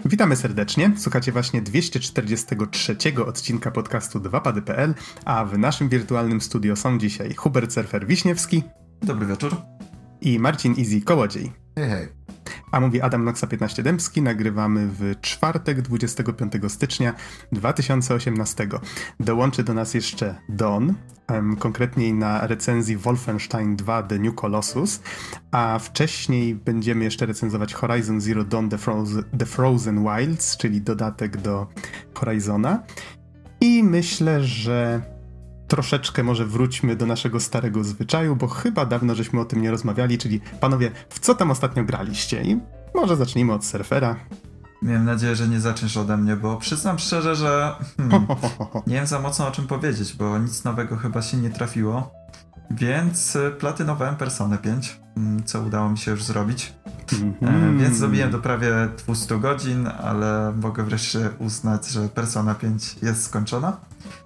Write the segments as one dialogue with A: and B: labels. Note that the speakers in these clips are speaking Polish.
A: Witamy serdecznie. Słuchacie właśnie 243 odcinka podcastu 2pady.pl, a w naszym wirtualnym studio są dzisiaj Hubert Surfer Wiśniewski.
B: Dobry wieczór.
A: I Marcin Easy Kołodziej.
B: Hej, hej.
A: A mówi Adam Noxa 15 Dębski. Nagrywamy w czwartek 25 stycznia 2018. Dołączy do nas jeszcze Don, konkretniej na recenzji Wolfenstein 2 The New Colossus, a wcześniej będziemy jeszcze recenzować Horizon Zero Dawn The Frozen Wilds, czyli dodatek do Horizona. I myślę, że troszeczkę może wróćmy do naszego starego zwyczaju, bo chyba dawno żeśmy o tym nie rozmawiali, czyli panowie, w co tam ostatnio graliście? I może zacznijmy od Surfera.
B: Miałem nadzieję, że nie zaczniesz ode mnie, bo przyznam szczerze, że nie wiem za mocno o czym powiedzieć, bo nic nowego chyba się nie trafiło. Więc platynowałem Personę 5, co udało mi się już zrobić. Więc zrobiłem do prawie 200 godzin, ale mogę wreszcie uznać, że Persona 5 jest skończona.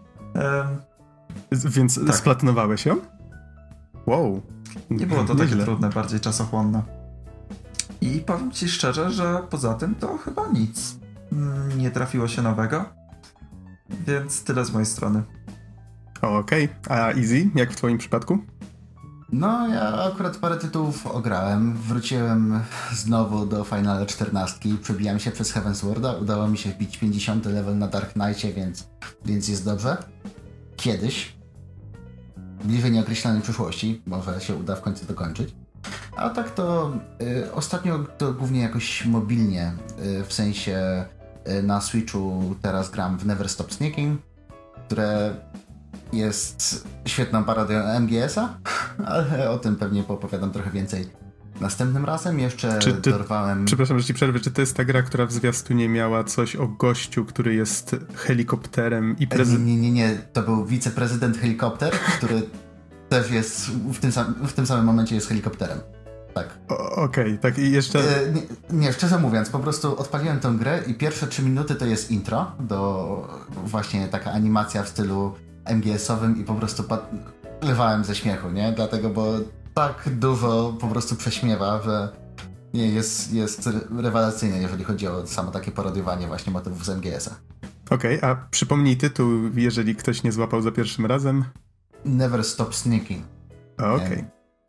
A: Więc tak. Splatynowałeś ją? Wow.
B: Nie było to takie trudne, bardziej czasochłonne. I powiem ci szczerze, że poza tym to chyba nic nie trafiło się nowego. Więc tyle z mojej strony.
A: Okej. A Easy, jak w twoim przypadku?
C: No, ja akurat parę tytułów ograłem. Wróciłem znowu do Finala 14. Przebijałem się przez Heavenswarda. Udało mi się wbić 50 level na Dark Knightie, więc jest dobrze. Kiedyś. W bliżej nieokreślonej przyszłości. Może się uda w końcu dokończyć. A tak to ostatnio to głównie jakoś mobilnie. W sensie na Switchu teraz gram w Never Stop Sneaking, które jest świetną parodią MGS-a, ale o tym pewnie poopowiadam trochę więcej następnym razem. Jeszcze dorwałem...
A: Przepraszam, że ci przerwę. Czy to jest ta gra, która w zwiastunie miała coś o gościu, który jest helikopterem i
C: Nie. To był wiceprezydent helikopter, który też jest w tym samym momencie jest helikopterem. Tak.
A: Okej, tak i jeszcze...
C: Nie, szczerze mówiąc, po prostu odpaliłem tę grę i pierwsze 3 minuty to jest intro do właśnie taka animacja w stylu MGS-owym i po prostu lewałem ze śmiechu, nie? Dlatego, bo tak dużo po prostu prześmiewa, że nie, jest rewelacyjne, jeżeli chodzi o samo takie parodiowanie właśnie motywów z MGS-a.
A: Okej, a przypomnij tytuł, jeżeli ktoś nie złapał za pierwszym razem.
C: Never Stop Sneaking.
A: Okej.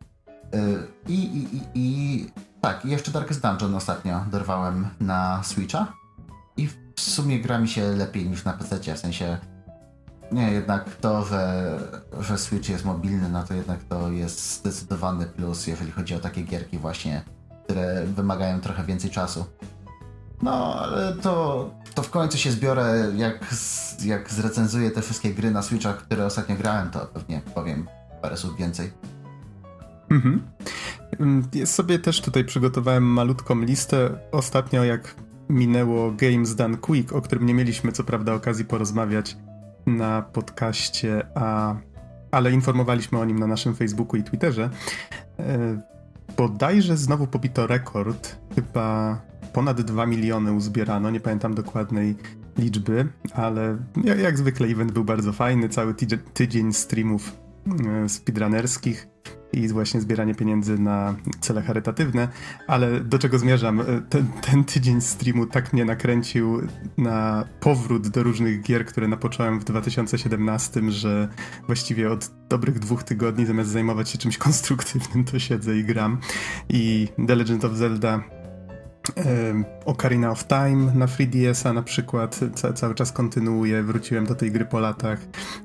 C: I tak, jeszcze Darkest Dungeon ostatnio dorwałem na Switcha i w sumie gra mi się lepiej niż na PC, w sensie nie, jednak to, że Switch jest mobilny, no to jednak to jest zdecydowany plus, jeżeli chodzi o takie gierki właśnie, które wymagają trochę więcej czasu. No, ale to w końcu się zbiorę, jak zrecenzuję te wszystkie gry na Switcha, które ostatnio grałem, to pewnie powiem parę słów więcej.
A: Mhm. Ja sobie też tutaj przygotowałem malutką listę. Ostatnio jak minęło Games Done Quick, o którym nie mieliśmy co prawda okazji porozmawiać na podcaście, ale informowaliśmy o nim na naszym Facebooku i Twitterze. Bodajże znowu pobito rekord. Chyba ponad 2 miliony uzbierano, nie pamiętam dokładnej liczby, ale jak zwykle event był bardzo fajny. Cały tydzień streamów speedrunnerskich i właśnie zbieranie pieniędzy na cele charytatywne, ale do czego zmierzam? Ten tydzień streamu tak mnie nakręcił na powrót do różnych gier, które napocząłem w 2017, że właściwie od dobrych 2 tygodni zamiast zajmować się czymś konstruktywnym, to siedzę i gram. I The Legend of Zelda Ocarina of Time na 3DS-a na przykład cały czas kontynuuję, wróciłem do tej gry po latach.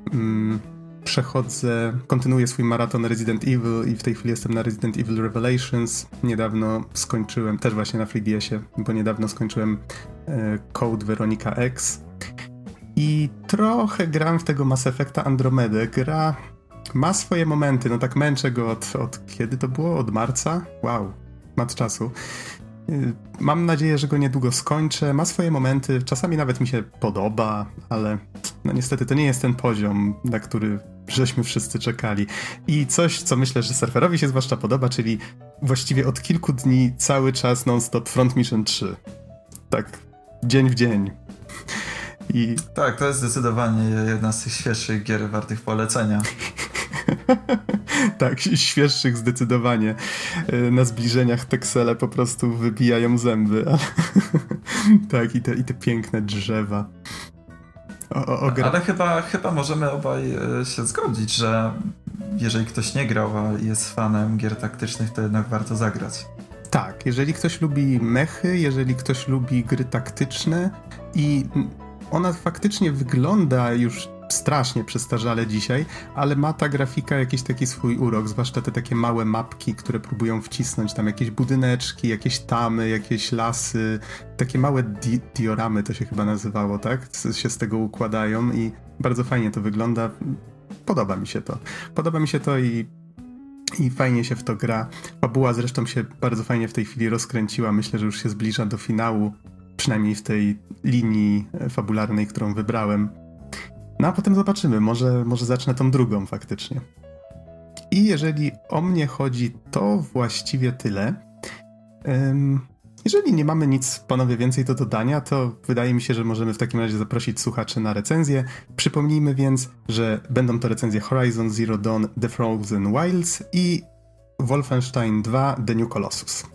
A: Kontynuuję swój maraton Resident Evil i w tej chwili jestem na Resident Evil Revelations. Niedawno skończyłem, też właśnie na 3DS-ie, bo niedawno skończyłem Code Veronica X. I trochę gram w tego Mass Effecta Andromedę. Gra ma swoje momenty, no tak męczę go od kiedy to było? Od marca? Wow, mat czasu. Mam nadzieję, że go niedługo skończę. Ma swoje momenty, czasami nawet mi się podoba, ale no niestety to nie jest ten poziom, na który żeśmy wszyscy czekali. I coś, co myślę, że Surferowi się zwłaszcza podoba, czyli właściwie od kilku dni cały czas non-stop Front Mission 3. Tak, dzień w dzień.
B: Tak, to jest zdecydowanie jedna z tych świeższych gier wartych polecenia.
A: Tak, świeższych zdecydowanie. Na zbliżeniach Texele po prostu wybijają zęby. Tak, i te piękne drzewa.
B: Ale chyba możemy obaj się zgodzić, że jeżeli ktoś nie grał, a jest fanem gier taktycznych, to jednak warto zagrać.
A: Tak, jeżeli ktoś lubi mechy, jeżeli ktoś lubi gry taktyczne i ona faktycznie wygląda już strasznie przestarzale dzisiaj, ale ma ta grafika jakiś taki swój urok, zwłaszcza te takie małe mapki, które próbują wcisnąć tam jakieś budyneczki, jakieś tamy, jakieś lasy, takie małe dioramy to się chyba nazywało, tak? Się z tego układają i bardzo fajnie to wygląda. Podoba mi się to i fajnie się w to gra. Fabuła zresztą się bardzo fajnie w tej chwili rozkręciła. Myślę, że już się zbliża do finału, przynajmniej w tej linii fabularnej, którą wybrałem. No a potem zobaczymy, może zacznę tą drugą faktycznie. I jeżeli o mnie chodzi, to właściwie tyle. Jeżeli nie mamy nic, panowie, więcej do dodania, to wydaje mi się, że możemy w takim razie zaprosić słuchaczy na recenzję. Przypomnijmy więc, że będą to recenzje Horizon Zero Dawn The Frozen Wilds i Wolfenstein 2 The New Colossus.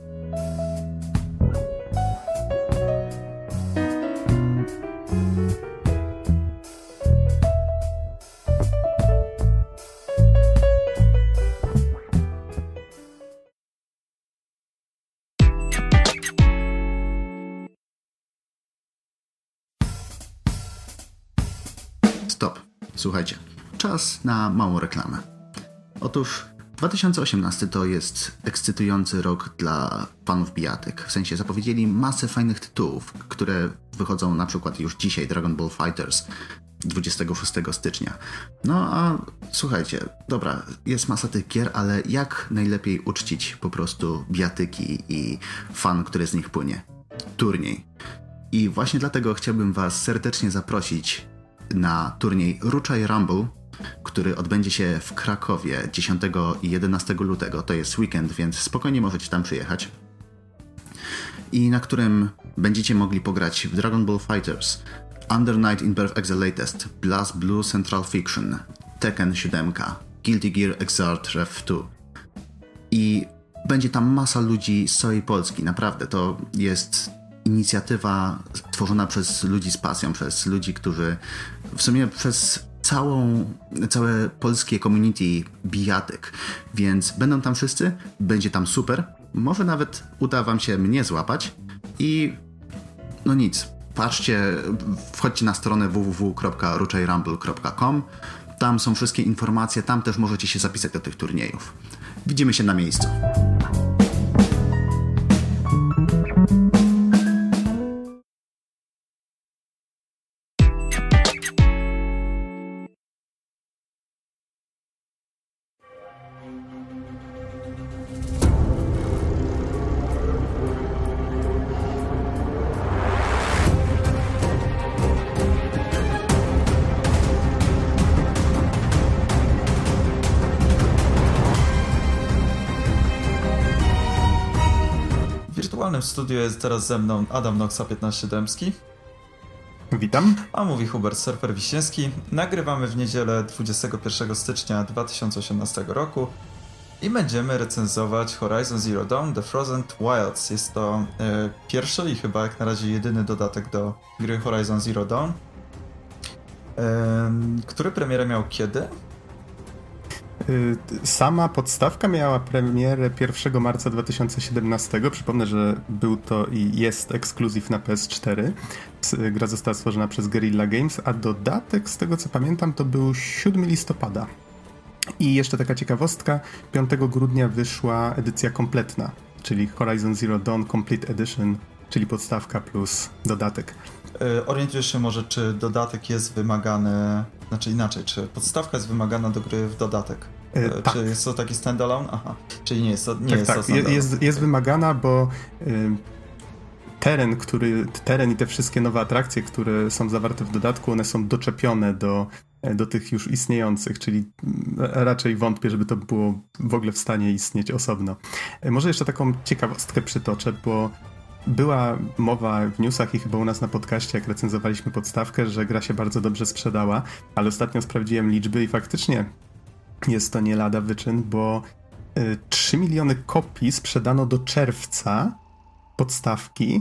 C: Stop. Słuchajcie, czas na małą reklamę. Otóż 2018 to jest ekscytujący rok dla fanów bijatyk. W sensie zapowiedzieli masę fajnych tytułów, które wychodzą na przykład już dzisiaj, Dragon Ball FighterZ 26 stycznia. No a słuchajcie, dobra, jest masa tych gier, ale jak najlepiej uczcić po prostu bijatyki i fan, który z nich płynie? Turniej. I właśnie dlatego chciałbym was serdecznie zaprosić na turniej Ruczaj Rumble, który odbędzie się w Krakowie 10 i 11 lutego. To jest weekend, więc spokojnie możecie tam przyjechać. I na którym będziecie mogli pograć w Dragon Ball FighterZ, Under Night in Birth Exile Latest, BlazBlue Central Fiction, Tekken 7, Guilty Gear Xrd Rev 2. I będzie tam masa ludzi z całej Polski. Naprawdę, to jest inicjatywa tworzona przez ludzi z pasją, przez ludzi, którzy w sumie przez całe polskie community bijatyk, więc będą tam wszyscy, będzie tam super, może nawet uda wam się mnie złapać i no nic, patrzcie, wchodźcie na stronę www.ruczajrumble.com, tam są wszystkie informacje, tam też możecie się zapisać do tych turniejów. Widzimy się na miejscu.
B: W studiu jest teraz ze mną Adam Noxa 15 Dębski.
A: Witam.
B: A mówi Hubert Surfer Wiśniewski. Nagrywamy w niedzielę 21 stycznia 2018 roku i będziemy recenzować Horizon Zero Dawn The Frozen Wilds. Jest to pierwszy i chyba jak na razie jedyny dodatek do gry Horizon Zero Dawn, który premierę miał kiedy?
A: Sama podstawka miała premierę 1 marca 2017. Przypomnę, że był to i jest ekskluzyw na PS4. Gra została stworzona przez Guerrilla Games, a dodatek, z tego co pamiętam, to był 7 listopada. I jeszcze taka ciekawostka, 5 grudnia wyszła edycja kompletna, czyli Horizon Zero Dawn Complete Edition, czyli podstawka plus dodatek.
B: Orientujesz się może, czy dodatek jest wymagany, znaczy inaczej, czy podstawka jest wymagana do gry w dodatek?
A: Tak.
B: Czy jest to taki standalone? Aha, czyli nie jest to
A: tak,
B: standalone.
A: Jest wymagana, bo teren i te wszystkie nowe atrakcje, które są zawarte w dodatku, one są doczepione do tych już istniejących, czyli raczej wątpię, żeby to było w ogóle w stanie istnieć osobno. Może jeszcze taką ciekawostkę przytoczę, bo była mowa w newsach i chyba u nas na podcaście, jak recenzowaliśmy podstawkę, że gra się bardzo dobrze sprzedała, ale ostatnio sprawdziłem liczby i faktycznie jest to nie lada wyczyn, bo 3 miliony kopii sprzedano do czerwca podstawki,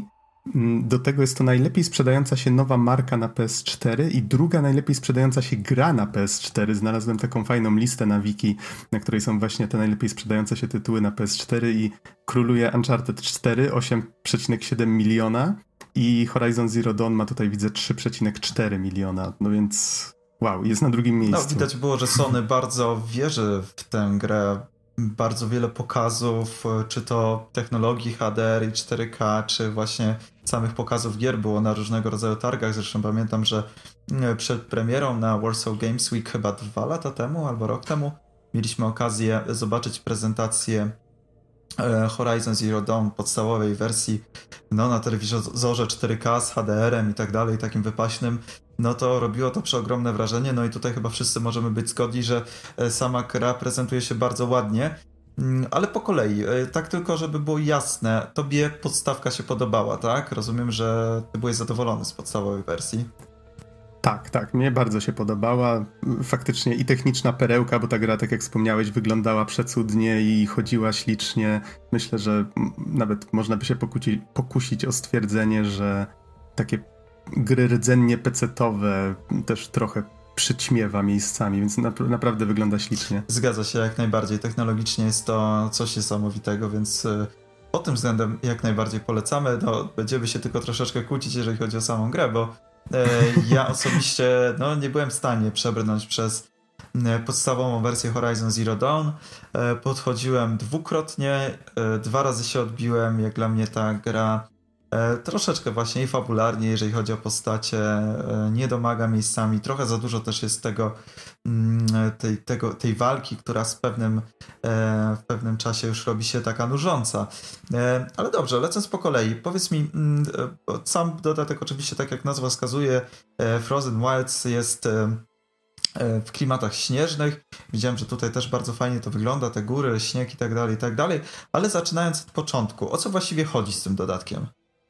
A: Do tego jest to najlepiej sprzedająca się nowa marka na PS4 i druga najlepiej sprzedająca się gra na PS4. Znalazłem taką fajną listę na wiki, na której są właśnie te najlepiej sprzedające się tytuły na PS4 i króluje Uncharted 4, 8,7 miliona i Horizon Zero Dawn ma tutaj, widzę, 3,4 miliona. No więc wow, jest na drugim miejscu.
B: No widać było, że Sony bardzo wierzy w tę grę. Bardzo wiele pokazów, czy to technologii HDR i 4K, czy właśnie samych pokazów gier było na różnego rodzaju targach. Zresztą pamiętam, że przed premierą na Warsaw Games Week chyba 2 lata temu albo rok temu mieliśmy okazję zobaczyć prezentację Horizon Zero Dawn podstawowej wersji na telewizorze 4K z HDR-em i tak dalej, takim wypaśnym. No to robiło to przeogromne wrażenie, no i tutaj chyba wszyscy możemy być zgodni, że sama gra prezentuje się bardzo ładnie, ale po kolei, tak tylko żeby było jasne, tobie podstawka się podobała, tak? Rozumiem, że ty byłeś zadowolony z podstawowej wersji.
A: Tak, mnie bardzo się podobała. Faktycznie i techniczna perełka, bo ta gra, tak jak wspomniałeś, wyglądała przecudnie i chodziła ślicznie. Myślę, że nawet można by się pokusić o stwierdzenie, że takie gry rdzennie pecetowe też trochę przyćmiewa miejscami, więc naprawdę wygląda ślicznie.
B: Zgadza się, jak najbardziej. Technologicznie jest to coś niesamowitego, więc pod tym względem jak najbardziej polecamy. No, będziemy się tylko troszeczkę kłócić, jeżeli chodzi o samą grę, bo ja osobiście nie byłem w stanie przebrnąć przez podstawową wersję Horizon Zero Dawn. Podchodziłem dwukrotnie, 2 razy się odbiłem. Jak dla mnie ta gra troszeczkę właśnie i fabularnie, jeżeli chodzi o postacie, nie domaga miejscami. Trochę za dużo też jest tej walki, która w pewnym czasie już robi się taka nużąca. Ale dobrze, lecąc po kolei, powiedz mi, sam dodatek oczywiście, tak jak nazwa wskazuje, Frozen Wilds jest w klimatach śnieżnych. Widziałem, że tutaj też bardzo fajnie to wygląda, te góry, śnieg i tak dalej, ale zaczynając od początku, o co właściwie chodzi z tym dodatkiem?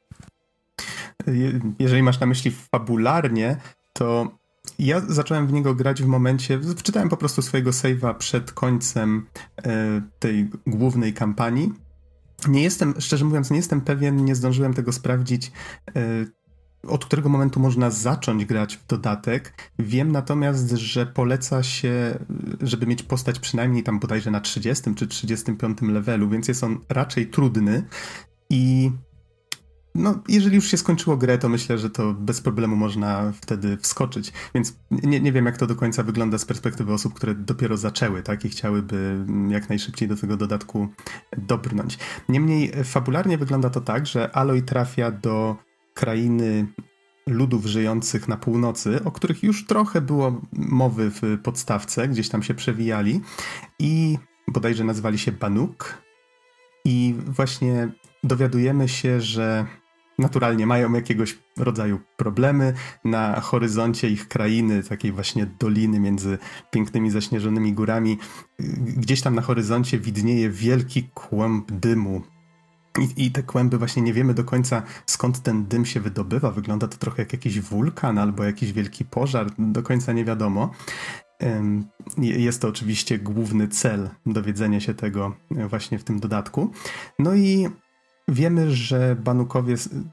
A: Jeżeli masz na myśli fabularnie, to ja zacząłem w niego grać w momencie, wczytałem po prostu swojego save'a przed końcem tej głównej kampanii. Szczerze mówiąc, nie jestem pewien, nie zdążyłem tego sprawdzić, od którego momentu można zacząć grać w dodatek. Wiem natomiast, że poleca się, żeby mieć postać przynajmniej tam bodajże na 30 czy 35 levelu, więc jest on raczej trudny i jeżeli już się skończyło grę, to myślę, że to bez problemu można wtedy wskoczyć. Więc nie wiem, jak to do końca wygląda z perspektywy osób, które dopiero zaczęły, tak? I chciałyby jak najszybciej do tego dodatku dobrnąć. Niemniej fabularnie wygląda to tak, że Aloy trafia do krainy ludów żyjących na północy, o których już trochę było mowy w podstawce, gdzieś tam się przewijali i bodajże nazywali się Banuk. I właśnie dowiadujemy się, że naturalnie mają jakiegoś rodzaju problemy. Na horyzoncie ich krainy, takiej właśnie doliny między pięknymi zaśnieżonymi górami, gdzieś tam na horyzoncie widnieje wielki kłęb dymu. I te kłęby właśnie nie wiemy do końca, skąd ten dym się wydobywa. Wygląda to trochę jak jakiś wulkan albo jakiś wielki pożar. Do końca nie wiadomo. Jest to oczywiście główny cel dowiedzenia się tego właśnie w tym dodatku. No i wiemy, że Banukowie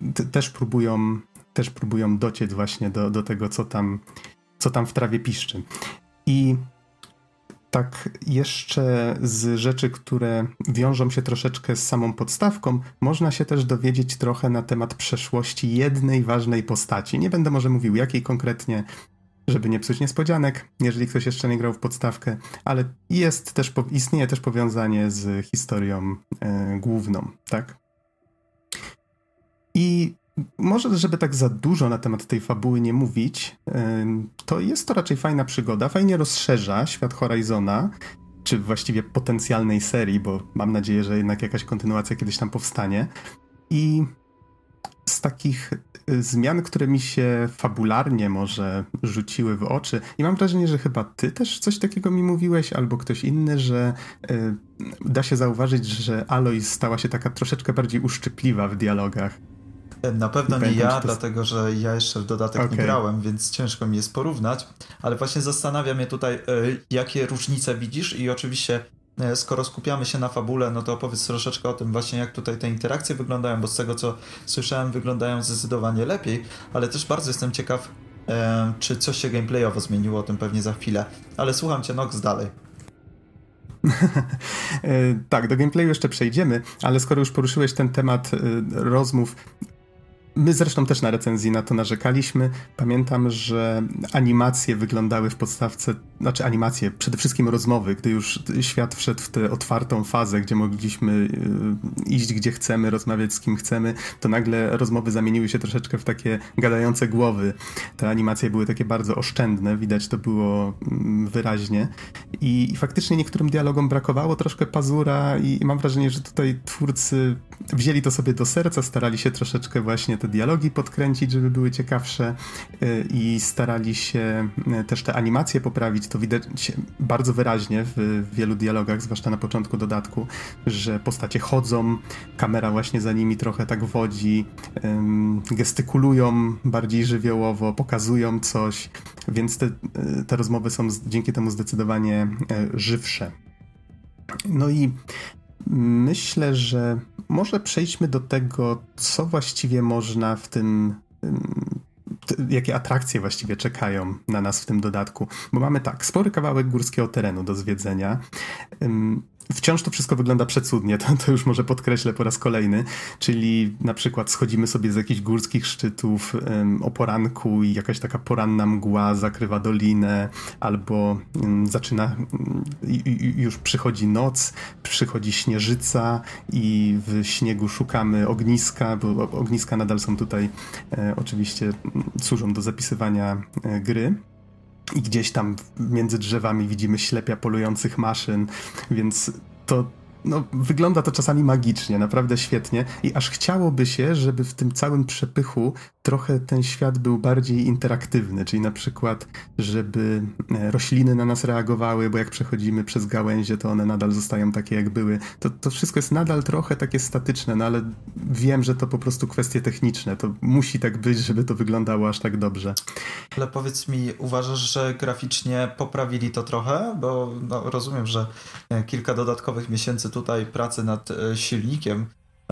A: też próbują dociec właśnie do tego, co tam w trawie piszczy. I tak jeszcze z rzeczy, które wiążą się troszeczkę z samą podstawką, można się też dowiedzieć trochę na temat przeszłości jednej ważnej postaci. Nie będę może mówił, jakiej konkretnie, żeby nie psuć niespodzianek, jeżeli ktoś jeszcze nie grał w podstawkę, ale istnieje też powiązanie z historią główną, tak? I może, żeby tak za dużo na temat tej fabuły nie mówić, to jest to raczej fajna przygoda, fajnie rozszerza świat Horizona, czy właściwie potencjalnej serii, bo mam nadzieję, że jednak jakaś kontynuacja kiedyś tam powstanie. I z takich zmian, które mi się fabularnie może rzuciły w oczy, i mam wrażenie, że chyba ty też coś takiego mi mówiłeś, albo ktoś inny, że da się zauważyć, że Aloy stała się taka troszeczkę bardziej uszczypliwa w dialogach.
B: Na pewno nie ja, dlatego że ja jeszcze w dodatek nie grałem, więc ciężko mi jest porównać, ale właśnie zastanawia mnie tutaj, jakie różnice widzisz i oczywiście skoro skupiamy się na fabule, no to opowiedz troszeczkę o tym właśnie, jak tutaj te interakcje wyglądają, bo z tego, co słyszałem, wyglądają zdecydowanie lepiej, ale też bardzo jestem ciekaw, czy coś się gameplayowo zmieniło, o tym pewnie za chwilę. Ale słucham cię, Nox, dalej.
A: Tak, do gameplayu jeszcze przejdziemy, ale skoro już poruszyłeś ten temat rozmów, my zresztą też na recenzji na to narzekaliśmy. Pamiętam, że animacje wyglądały w podstawce, znaczy animacje, przede wszystkim rozmowy, gdy już świat wszedł w tę otwartą fazę, gdzie mogliśmy iść gdzie chcemy, rozmawiać z kim chcemy, to nagle rozmowy zamieniły się troszeczkę w takie gadające głowy. Te animacje były takie bardzo oszczędne, widać to było wyraźnie i faktycznie niektórym dialogom brakowało troszkę pazura i mam wrażenie, że tutaj twórcy wzięli to sobie do serca, starali się troszeczkę właśnie te dialogi podkręcić, żeby były ciekawsze i starali się też te animacje poprawić. To widać bardzo wyraźnie w wielu dialogach, zwłaszcza na początku dodatku, że postacie chodzą, kamera właśnie za nimi trochę tak wodzi, gestykulują bardziej żywiołowo, pokazują coś, więc te rozmowy są dzięki temu zdecydowanie żywsze. No i myślę, że może przejdźmy do tego, co właściwie można w tym, jakie atrakcje właściwie czekają na nas w tym dodatku. Bo mamy tak, spory kawałek górskiego terenu do zwiedzenia. Wciąż to wszystko wygląda przecudnie, to już może podkreślę po raz kolejny, czyli na przykład schodzimy sobie z jakichś górskich szczytów o poranku i jakaś taka poranna mgła zakrywa dolinę, albo już przychodzi noc, przychodzi śnieżyca i w śniegu szukamy ogniska, bo ogniska nadal są tutaj, oczywiście służą do zapisywania gry. I gdzieś tam między drzewami widzimy ślepia polujących maszyn, więc to wygląda to czasami magicznie, naprawdę świetnie i aż chciałoby się, żeby w tym całym przepychu trochę ten świat był bardziej interaktywny, czyli na przykład, żeby rośliny na nas reagowały, bo jak przechodzimy przez gałęzie, to one nadal zostają takie, jak były. To wszystko jest nadal trochę takie statyczne, no ale wiem, że to po prostu kwestie techniczne. To musi tak być, żeby to wyglądało aż tak dobrze.
B: Ale powiedz mi, uważasz, że graficznie poprawili to trochę? Bo rozumiem, że kilka dodatkowych miesięcy tutaj pracy nad silnikiem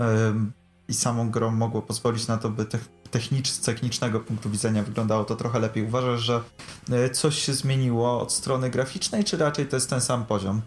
B: i samą grą mogło pozwolić na to, by z technicznego punktu widzenia wyglądało to trochę lepiej. Uważasz, że coś się zmieniło od strony graficznej, czy raczej to jest ten sam poziom?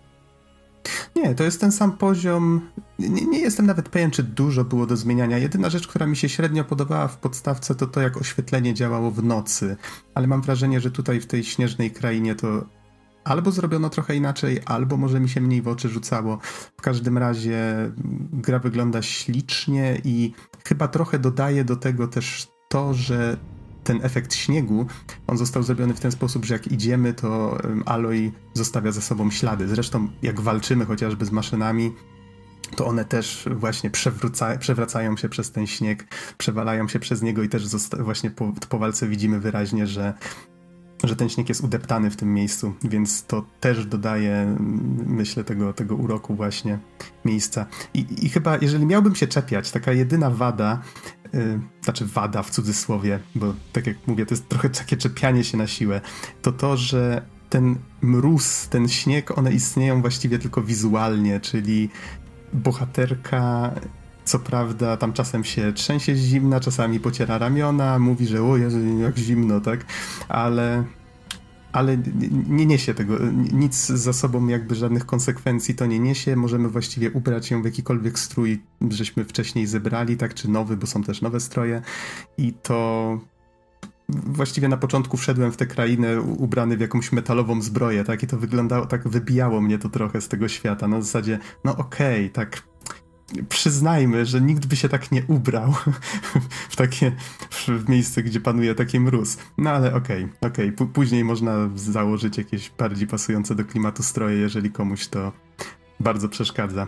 A: Nie, to jest ten sam poziom. Nie jestem nawet pewien, czy dużo było do zmieniania. Jedyna rzecz, która mi się średnio podobała w podstawce, to jak oświetlenie działało w nocy. Ale mam wrażenie, że tutaj w tej śnieżnej krainie to albo zrobiono trochę inaczej, albo może mi się mniej w oczy rzucało. W każdym razie gra wygląda ślicznie i chyba trochę dodaje do tego też to, że ten efekt śniegu, on został zrobiony w ten sposób, że jak idziemy, to Aloy zostawia za sobą ślady. Zresztą jak walczymy chociażby z maszynami, to one też właśnie przewracają się przez ten śnieg, przewalają się przez niego i też właśnie po walce widzimy wyraźnie, że ten śnieg jest udeptany w tym miejscu, więc to też dodaje, myślę, tego uroku właśnie miejsca. I chyba, jeżeli miałbym się czepiać, taka jedyna wada, znaczy wada w cudzysłowie, bo tak jak mówię, to jest trochę takie czepianie się na siłę, to, że ten mróz, ten śnieg, one istnieją właściwie tylko wizualnie, czyli bohaterka, co prawda, tam czasem się trzęsie z zimna, czasami pociera ramiona, mówi, że o Jezu, jak zimno, tak? Ale nie niesie tego, nic za sobą jakby żadnych konsekwencji to nie niesie. Możemy właściwie ubrać ją w jakikolwiek strój, żeśmy wcześniej zebrali, tak? Czy nowy, bo są też nowe stroje. I to właściwie na początku wszedłem w tę krainę ubrany w jakąś metalową zbroję, tak? I to wyglądało, tak wybijało mnie to trochę z tego świata. Na zasadzie, okej, tak przyznajmy, że nikt by się tak nie ubrał w miejsce, gdzie panuje taki mróz. No ale okej. Później można założyć jakieś bardziej pasujące do klimatu stroje, jeżeli komuś to bardzo przeszkadza.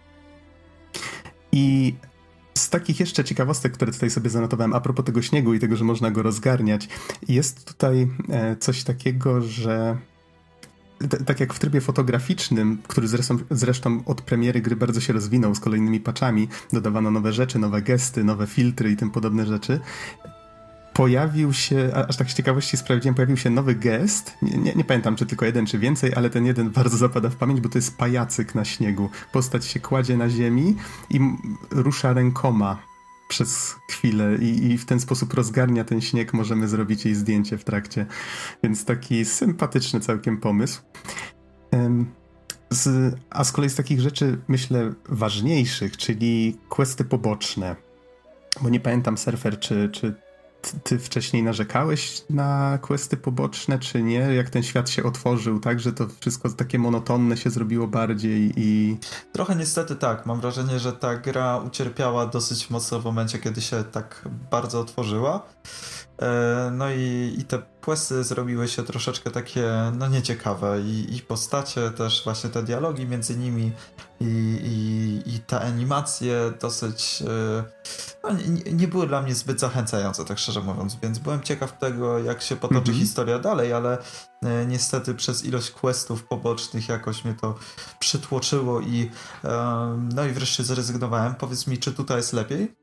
A: I z takich jeszcze ciekawostek, które tutaj sobie zanotowałem a propos tego śniegu i tego, że można go rozgarniać, jest tutaj coś takiego, że tak jak w trybie fotograficznym, który zresztą od premiery gry bardzo się rozwinął z kolejnymi patchami, dodawano nowe rzeczy, nowe gesty, nowe filtry i tym podobne rzeczy. pojawił się, aż tak z ciekawości sprawdziłem, pojawił się nowy gest. Nie pamiętam, czy tylko jeden, czy więcej, ale ten jeden bardzo zapada w pamięć, bo to jest pajacyk na śniegu. Postać się kładzie na ziemi i rusza rękoma przez chwilę i w ten sposób rozgarnia ten śnieg. Możemy zrobić jej zdjęcie w trakcie. Więc taki sympatyczny całkiem pomysł. A z kolei z takich rzeczy, myślę, ważniejszych, czyli questy poboczne. Bo nie pamiętam, Surfer, czy ty wcześniej narzekałeś na questy poboczne, czy nie? Jak ten świat się otworzył, tak? Że to wszystko takie monotonne się zrobiło bardziej i...
B: Trochę niestety tak. Mam wrażenie, że ta gra ucierpiała dosyć mocno w momencie, kiedy się tak bardzo otworzyła. No i te questy zrobiły się troszeczkę takie, no nieciekawe i postacie też, właśnie te dialogi między nimi i te animacje dosyć no, nie były dla mnie zbyt zachęcające, tak szczerze mówiąc, więc byłem ciekaw tego, jak się potoczy historia dalej, ale niestety przez ilość questów pobocznych jakoś mnie to przytłoczyło no i wreszcie zrezygnowałem. Powiedz mi, czy tutaj jest lepiej?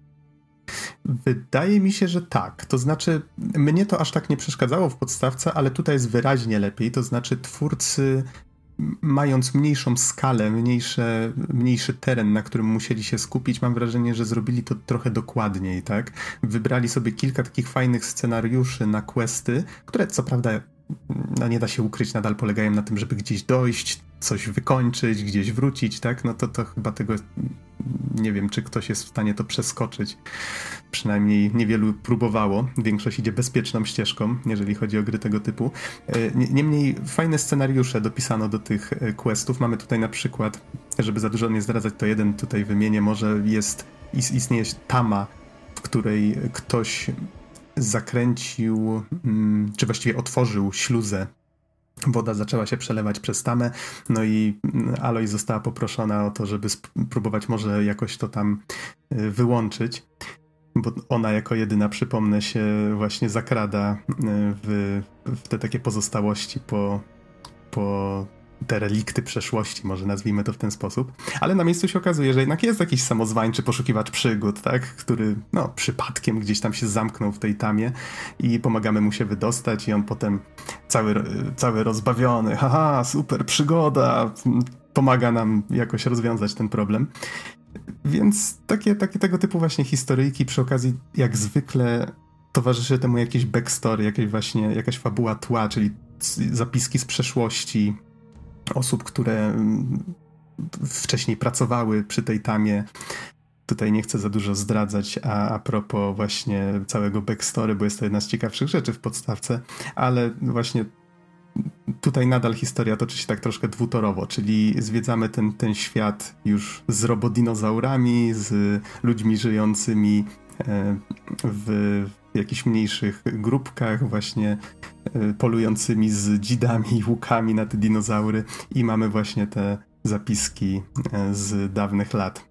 A: Wydaje mi się, że tak. To znaczy, mnie to aż tak nie przeszkadzało w podstawce, ale tutaj jest wyraźnie lepiej. To znaczy, twórcy, mając mniejszą skalę, mniejszy teren, na którym musieli się skupić, mam wrażenie, że zrobili to trochę dokładniej, tak? Wybrali sobie kilka takich fajnych scenariuszy na questy, które co prawda, no nie da się ukryć, nadal polegają na tym, żeby gdzieś dojść, coś wykończyć, gdzieś wrócić, tak? No to chyba tego nie wiem, czy ktoś jest w stanie to przeskoczyć. Przynajmniej niewielu próbowało. Większość idzie bezpieczną ścieżką, jeżeli chodzi o gry tego typu. Niemniej fajne scenariusze dopisano do tych questów. Mamy tutaj na przykład, żeby za dużo nie zdradzać, to jeden tutaj wymienię, może istnieje tama, w której ktoś zakręcił, czy właściwie otworzył śluzę. Woda zaczęła się przelewać przez tamę, no i Aloy została poproszona o to, żeby spróbować może jakoś to tam wyłączyć, bo ona jako jedyna, przypomnę, się właśnie zakrada w te takie pozostałości po te relikty przeszłości, może nazwijmy to w ten sposób. Ale na miejscu się okazuje, że jednak jest jakiś samozwańczy poszukiwacz przygód, tak? Który przypadkiem gdzieś tam się zamknął w tej tamie i pomagamy mu się wydostać i on potem cały rozbawiony, haha, super przygoda, pomaga nam jakoś rozwiązać ten problem. Więc takie tego typu właśnie historyjki, przy okazji jak zwykle towarzyszy temu jakieś backstory, jakaś fabuła tła, czyli zapiski z przeszłości, osób, które wcześniej pracowały przy tej tamie. Tutaj nie chcę za dużo zdradzać a propos właśnie całego backstory, bo jest to jedna z ciekawszych rzeczy w podstawce, ale właśnie tutaj nadal historia toczy się tak troszkę dwutorowo, czyli zwiedzamy ten świat już z robodinozaurami, z ludźmi żyjącymi w jakichś mniejszych grupkach, właśnie polującymi z dzidami i łukami na te dinozaury i mamy właśnie te zapiski z dawnych lat.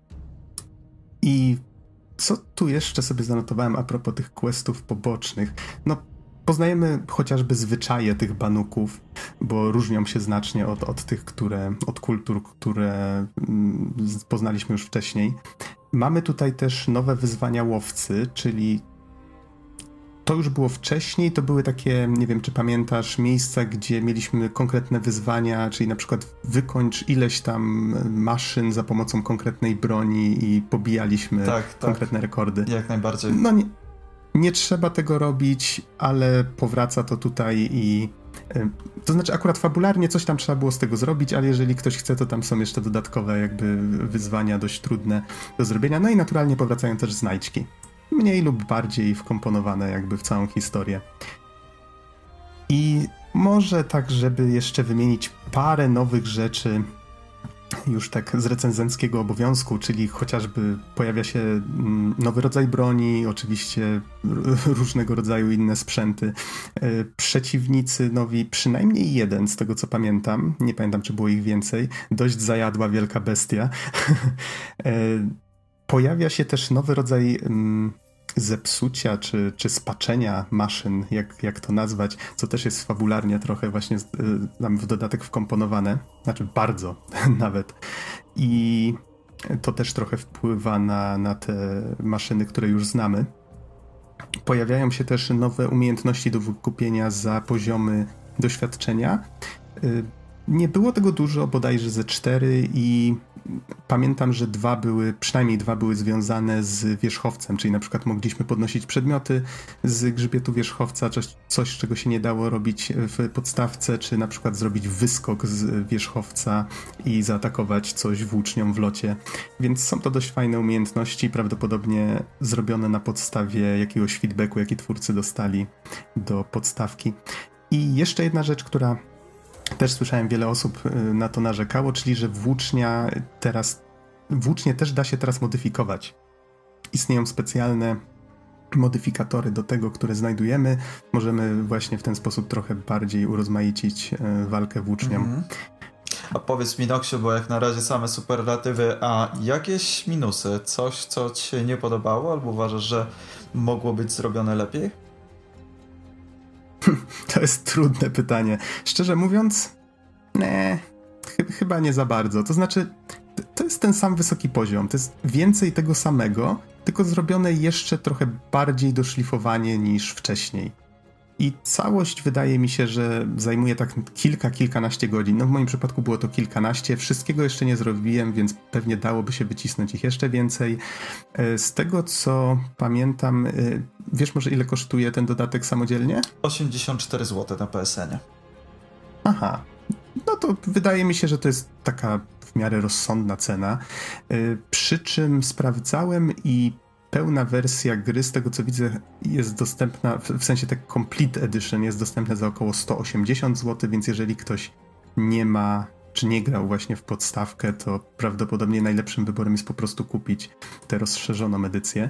A: I co tu jeszcze sobie zanotowałem a propos tych questów pobocznych? No, poznajemy chociażby zwyczaje tych banuków, bo różnią się znacznie od kultur, które poznaliśmy już wcześniej. Mamy tutaj też nowe wyzwania łowcy, czyli to już było wcześniej, to były takie, nie wiem, czy pamiętasz, miejsca, gdzie mieliśmy konkretne wyzwania, czyli na przykład wykończ ileś tam maszyn za pomocą konkretnej broni i pobijaliśmy konkretne rekordy.
B: Jak najbardziej.
A: No nie trzeba tego robić, ale powraca to tutaj i to znaczy akurat fabularnie coś tam trzeba było z tego zrobić, ale jeżeli ktoś chce, to tam są jeszcze dodatkowe jakby wyzwania dość trudne do zrobienia. No i naturalnie powracają też znajdźki. Mniej lub bardziej wkomponowane jakby w całą historię. I może tak, żeby jeszcze wymienić parę nowych rzeczy już tak z recenzenckiego obowiązku, czyli chociażby pojawia się nowy rodzaj broni, oczywiście różnego rodzaju inne sprzęty. Przeciwnicy nowi, przynajmniej jeden z tego co pamiętam, nie pamiętam czy było ich więcej, dość zajadła wielka bestia. Pojawia się też nowy rodzaj zepsucia czy spaczenia maszyn, jak to nazwać, co też jest fabularnie trochę właśnie tam w dodatek wkomponowane, znaczy bardzo nawet. I to też trochę wpływa na te maszyny, które już znamy. Pojawiają się też nowe umiejętności do wykupienia za poziomy doświadczenia. Nie było tego dużo, bodajże ze 4 i pamiętam, że przynajmniej dwa były związane z wierzchowcem, czyli na przykład mogliśmy podnosić przedmioty z grzbietu wierzchowca, coś czego się nie dało robić w podstawce, czy na przykład zrobić wyskok z wierzchowca i zaatakować coś włócznią w locie. Więc są to dość fajne umiejętności, prawdopodobnie zrobione na podstawie jakiegoś feedbacku, jaki twórcy dostali do podstawki. I jeszcze jedna rzecz, która też słyszałem, wiele osób na to narzekało, czyli że włócznie też da się teraz modyfikować. Istnieją specjalne modyfikatory do tego, które znajdujemy. Możemy właśnie w ten sposób trochę bardziej urozmaicić walkę włócznią.
B: A powiedz mi, Noksiu, bo jak na razie same superlatywy, a jakieś minusy? Coś, co ci się nie podobało, albo uważasz, że mogło być zrobione lepiej?
A: To jest trudne pytanie. Szczerze mówiąc, chyba nie za bardzo. To znaczy, to jest ten sam wysoki poziom. To jest więcej tego samego, tylko zrobione jeszcze trochę bardziej doszlifowanie niż wcześniej. I całość wydaje mi się, że zajmuje tak kilkanaście godzin. No w moim przypadku było to kilkanaście. Wszystkiego jeszcze nie zrobiłem, więc pewnie dałoby się wycisnąć ich jeszcze więcej. Z tego, co pamiętam, wiesz może ile kosztuje ten dodatek samodzielnie?
B: 84 zł na PSN-ie.
A: Aha. No to wydaje mi się, że to jest taka w miarę rozsądna cena. Przy czym sprawdzałem i pełna wersja gry, z tego co widzę, jest dostępna, w sensie tak Complete Edition jest dostępna za około 180 zł, więc jeżeli ktoś nie ma, czy nie grał właśnie w podstawkę, to prawdopodobnie najlepszym wyborem jest po prostu kupić tę rozszerzoną edycję.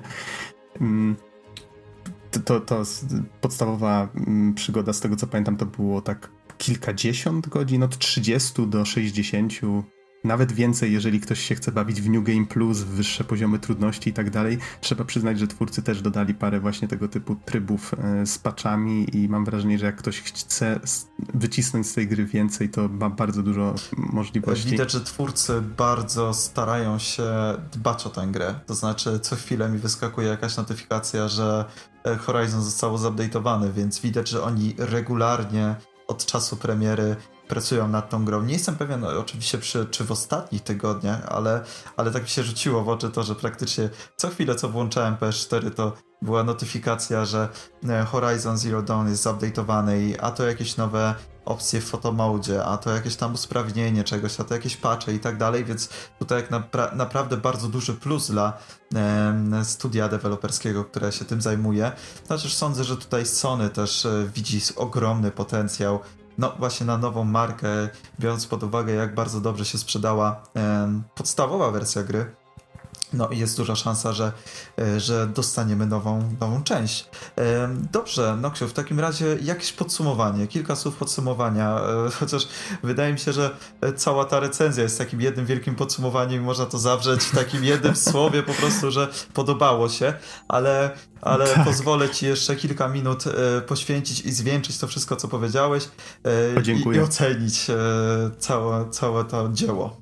A: To podstawowa przygoda, z tego co pamiętam, to było tak kilkadziesiąt godzin, od 30 do 60, nawet więcej, jeżeli ktoś się chce bawić w New Game Plus, w wyższe poziomy trudności i tak dalej. Trzeba przyznać, że twórcy też dodali parę właśnie tego typu trybów z patchami i mam wrażenie, że jak ktoś chce wycisnąć z tej gry więcej, to ma bardzo dużo możliwości.
B: Widać, że twórcy bardzo starają się dbać o tę grę. To znaczy, co chwilę mi wyskakuje jakaś notyfikacja, że Horizon zostało zupdate'owane, więc widać, że oni regularnie od czasu premiery pracują nad tą grą. Nie jestem pewien oczywiście czy w ostatnich tygodniach, ale tak mi się rzuciło w oczy to, że praktycznie co chwilę, co włączałem PS4, to była notyfikacja, że Horizon Zero Dawn jest zupdate'owany, a to jakieś nowe opcje w photomodzie, a to jakieś tam usprawnienie czegoś, a to jakieś patche i tak dalej, więc tutaj jak naprawdę bardzo duży plus dla studia deweloperskiego, które się tym zajmuje. Chociaż sądzę, że tutaj Sony też widzi ogromny potencjał no właśnie na nową markę, biorąc pod uwagę, jak bardzo dobrze się sprzedała podstawowa wersja gry. No i jest duża szansa, że dostaniemy nową część. Dobrze, Noksiu, w takim razie jakieś podsumowanie, kilka słów podsumowania, chociaż wydaje mi się, że cała ta recenzja jest takim jednym wielkim podsumowaniem i można to zawrzeć w takim jednym słowie po prostu, że podobało się, ale tak. Pozwolę ci jeszcze kilka minut poświęcić i zwieńczyć to wszystko, co powiedziałeś i ocenić całe to dzieło.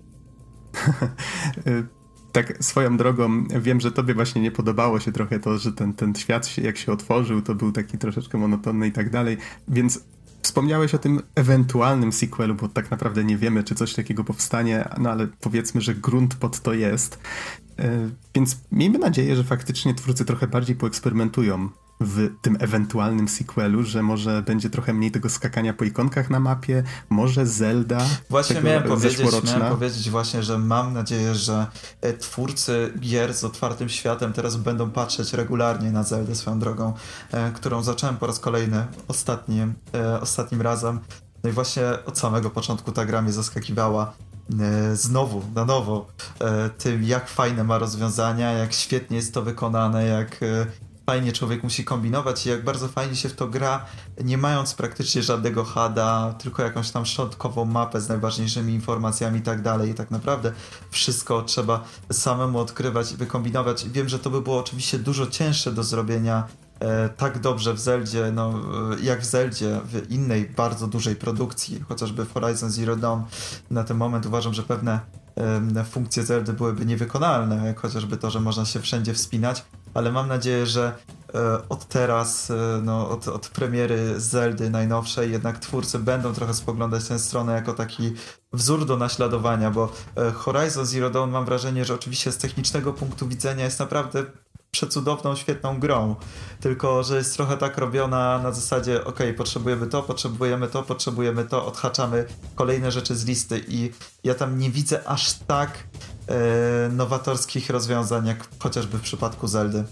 A: Tak swoją drogą, wiem, że tobie właśnie nie podobało się trochę to, że ten świat jak się otworzył, to był taki troszeczkę monotonny i tak dalej, więc wspomniałeś o tym ewentualnym sequelu, bo tak naprawdę nie wiemy, czy coś takiego powstanie, no ale powiedzmy, że grunt pod to jest, więc miejmy nadzieję, że faktycznie twórcy trochę bardziej poeksperymentują w tym ewentualnym sequelu, że może będzie trochę mniej tego skakania po ikonkach na mapie, może Zelda.
B: Właśnie miałem powiedzieć właśnie, że mam nadzieję, że twórcy gier z otwartym światem teraz będą patrzeć regularnie na Zeldę swoją drogą, którą zacząłem po raz kolejny ostatnim razem. No i właśnie od samego początku ta gra mnie zaskakiwała znowu, na nowo, tym jak fajne ma rozwiązania, jak świetnie jest to wykonane, jak fajnie człowiek musi kombinować i jak bardzo fajnie się w to gra, nie mając praktycznie żadnego HUD-a, tylko jakąś tam szczątkową mapę z najważniejszymi informacjami i tak dalej. I tak naprawdę wszystko trzeba samemu odkrywać i wykombinować. Wiem, że to by było oczywiście dużo cięższe do zrobienia tak dobrze w Zeldzie, no, jak w Zeldzie, w innej bardzo dużej produkcji, chociażby w Horizon Zero Dawn. Na ten moment uważam, że pewne funkcje Zeldy byłyby niewykonalne, jak chociażby to, że można się wszędzie wspinać, ale mam nadzieję, że od teraz, od premiery Zeldy najnowszej, jednak twórcy będą trochę spoglądać w tę stronę jako taki wzór do naśladowania, bo Horizon Zero Dawn, mam wrażenie, że oczywiście z technicznego punktu widzenia jest naprawdę przecudowną, świetną grą, tylko że jest trochę tak robiona na zasadzie potrzebujemy to, odhaczamy kolejne rzeczy z listy i ja tam nie widzę aż tak nowatorskich rozwiązań, jak chociażby w przypadku Zeldy.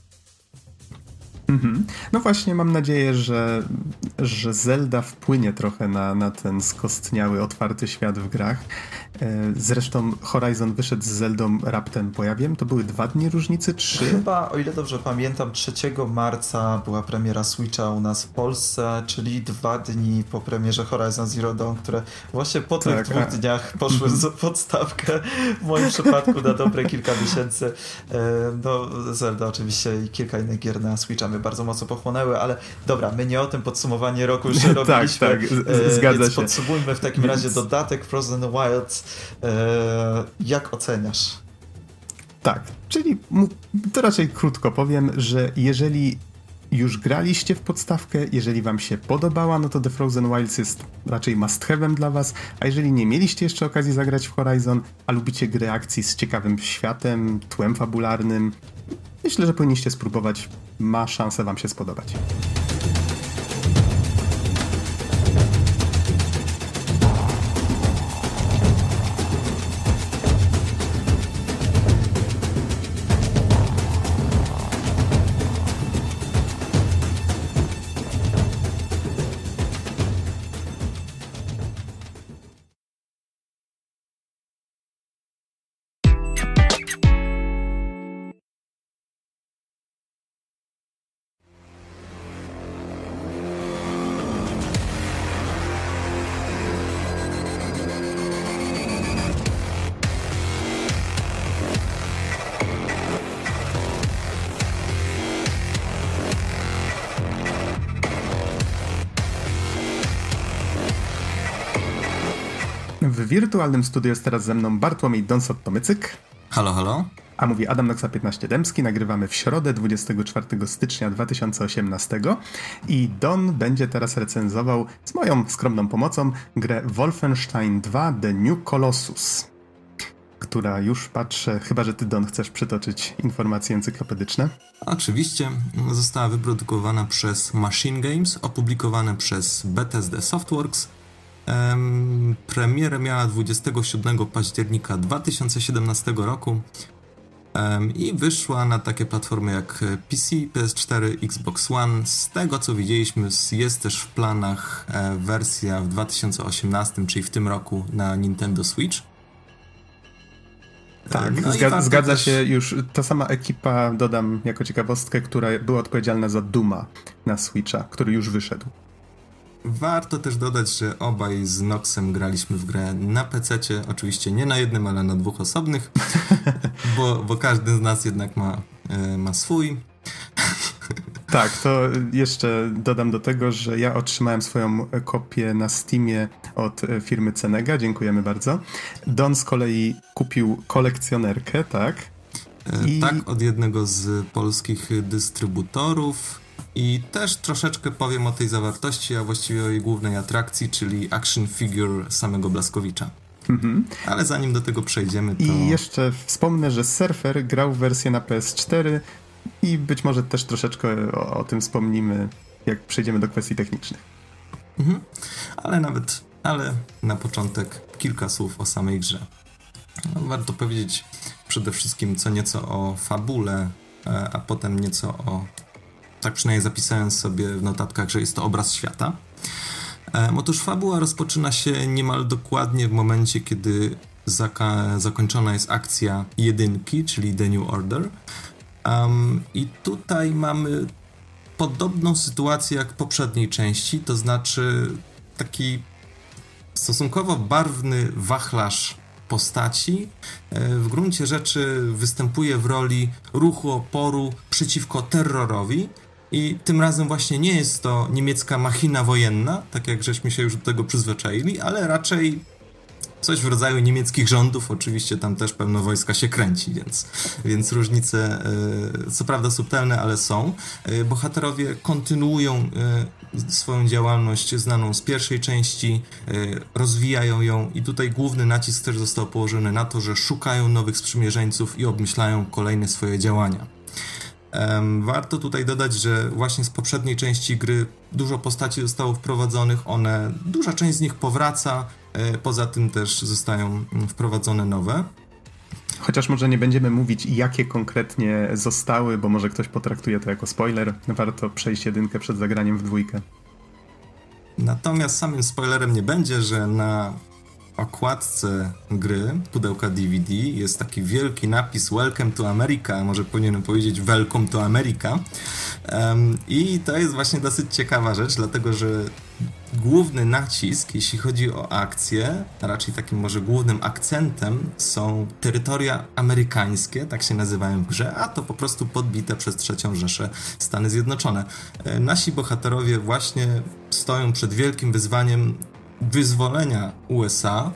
A: No właśnie, mam nadzieję, że Zelda wpłynie trochę na ten skostniały, otwarty świat w grach. Zresztą Horizon wyszedł z Zeldą raptem po, ja wiem, to były 2 dni różnicy, 3?
B: Chyba, o ile dobrze pamiętam, 3 marca była premiera Switcha u nas w Polsce, czyli 2 dni po premierze Horizon Zero Dawn, które właśnie po tych 2 dniach poszły za podstawkę, w moim przypadku na dobre kilka miesięcy. No, Zelda oczywiście i kilka innych gier na Switcha mnie bardzo mocno pochłonęły, ale dobra, my nie o tym podsumowanie roku już robiliśmy,
A: tak, zgadza
B: więc
A: się.
B: podsumujmy w takim razie dodatek Frozen Wilds. Jak oceniasz?
A: Tak, czyli to raczej krótko powiem, że jeżeli już graliście w podstawkę, jeżeli wam się podobała, no to The Frozen Wilds jest raczej must-have'em dla was, a jeżeli nie mieliście jeszcze okazji zagrać w Horizon, a lubicie gry akcji z ciekawym światem, tłem fabularnym, myślę, że powinniście spróbować, ma szansę wam się spodobać. W wirtualnym studiu jest teraz ze mną Bartłomiej Donsot-Tomycyk.
D: Halo, halo.
A: A mówi Adam Noxa 15 Dębski. Nagrywamy w środę 24 stycznia 2018 i Don będzie teraz recenzował z moją skromną pomocą grę Wolfenstein 2 The New Colossus, która już patrzę, chyba że ty, Don, chcesz przytoczyć informacje encyklopedyczne.
D: Oczywiście, została wyprodukowana przez Machine Games, opublikowana przez Bethesda Softworks. Premierę miała 27 października 2017 roku i wyszła na takie platformy jak PC, PS4, Xbox One. Z tego co widzieliśmy, jest też w planach wersja w 2018, czyli w tym roku, na Nintendo Switch.
A: Tak, zgadza się już. Ta sama ekipa, dodam jako ciekawostkę, która była odpowiedzialna za Dooma na Switcha, który już wyszedł.
D: Warto też dodać, że obaj z Noxem graliśmy w grę na PC-cie, oczywiście nie na jednym, ale na 2 osobnych, bo każdy z nas jednak ma swój.
A: Tak, to jeszcze dodam do tego, że ja otrzymałem swoją kopię na Steamie od firmy Cenega, dziękujemy bardzo. Don z kolei kupił kolekcjonerkę, tak?
D: Tak, od jednego z polskich dystrybutorów. I też troszeczkę powiem o tej zawartości, a właściwie o jej głównej atrakcji, czyli action figure samego Blaskowicza. Ale zanim do tego przejdziemy, to...
A: I jeszcze wspomnę, że Surfer grał w wersję na PS4 i być może też troszeczkę o tym wspomnimy, jak przejdziemy do kwestii technicznych.
D: Ale na początek kilka słów o samej grze. Warto powiedzieć przede wszystkim co nieco o fabule, a potem nieco o... Tak przynajmniej zapisałem sobie w notatkach, że jest to obraz świata. Otóż fabuła rozpoczyna się niemal dokładnie w momencie, kiedy zakończona jest akcja 1, czyli The New Order. I tutaj mamy podobną sytuację jak w poprzedniej części, to znaczy taki stosunkowo barwny wachlarz postaci w gruncie rzeczy występuje w roli ruchu oporu przeciwko terrorowi. I tym razem właśnie nie jest to niemiecka machina wojenna, tak jak żeśmy się już do tego przyzwyczaili, ale raczej coś w rodzaju niemieckich rządów. Oczywiście tam też pełno wojska się kręci, więc różnice co prawda subtelne, ale są. Bohaterowie kontynuują swoją działalność znaną z pierwszej części, rozwijają ją i tutaj główny nacisk też został położony na to, że szukają nowych sprzymierzeńców i obmyślają kolejne swoje działania. Warto tutaj dodać, że właśnie z poprzedniej części gry dużo postaci zostało wprowadzonych, duża część z nich powraca, poza tym też zostają wprowadzone nowe.
A: Chociaż może nie będziemy mówić, jakie konkretnie zostały, bo może ktoś potraktuje to jako spoiler. Warto przejść 1 przed zagraniem w 2.
D: Natomiast samym spoilerem nie będzie, że na okładce gry, pudełka DVD, jest taki wielki napis Welcome to America, może powinienem powiedzieć Welcome to America. I to jest właśnie dosyć ciekawa rzecz, dlatego że główny nacisk, jeśli chodzi o akcję, a raczej takim może głównym akcentem są terytoria amerykańskie, tak się nazywają w grze, a to po prostu podbite przez III Rzeszę Stany Zjednoczone. Nasi bohaterowie właśnie stoją przed wielkim wyzwaniem wyzwolenia USA,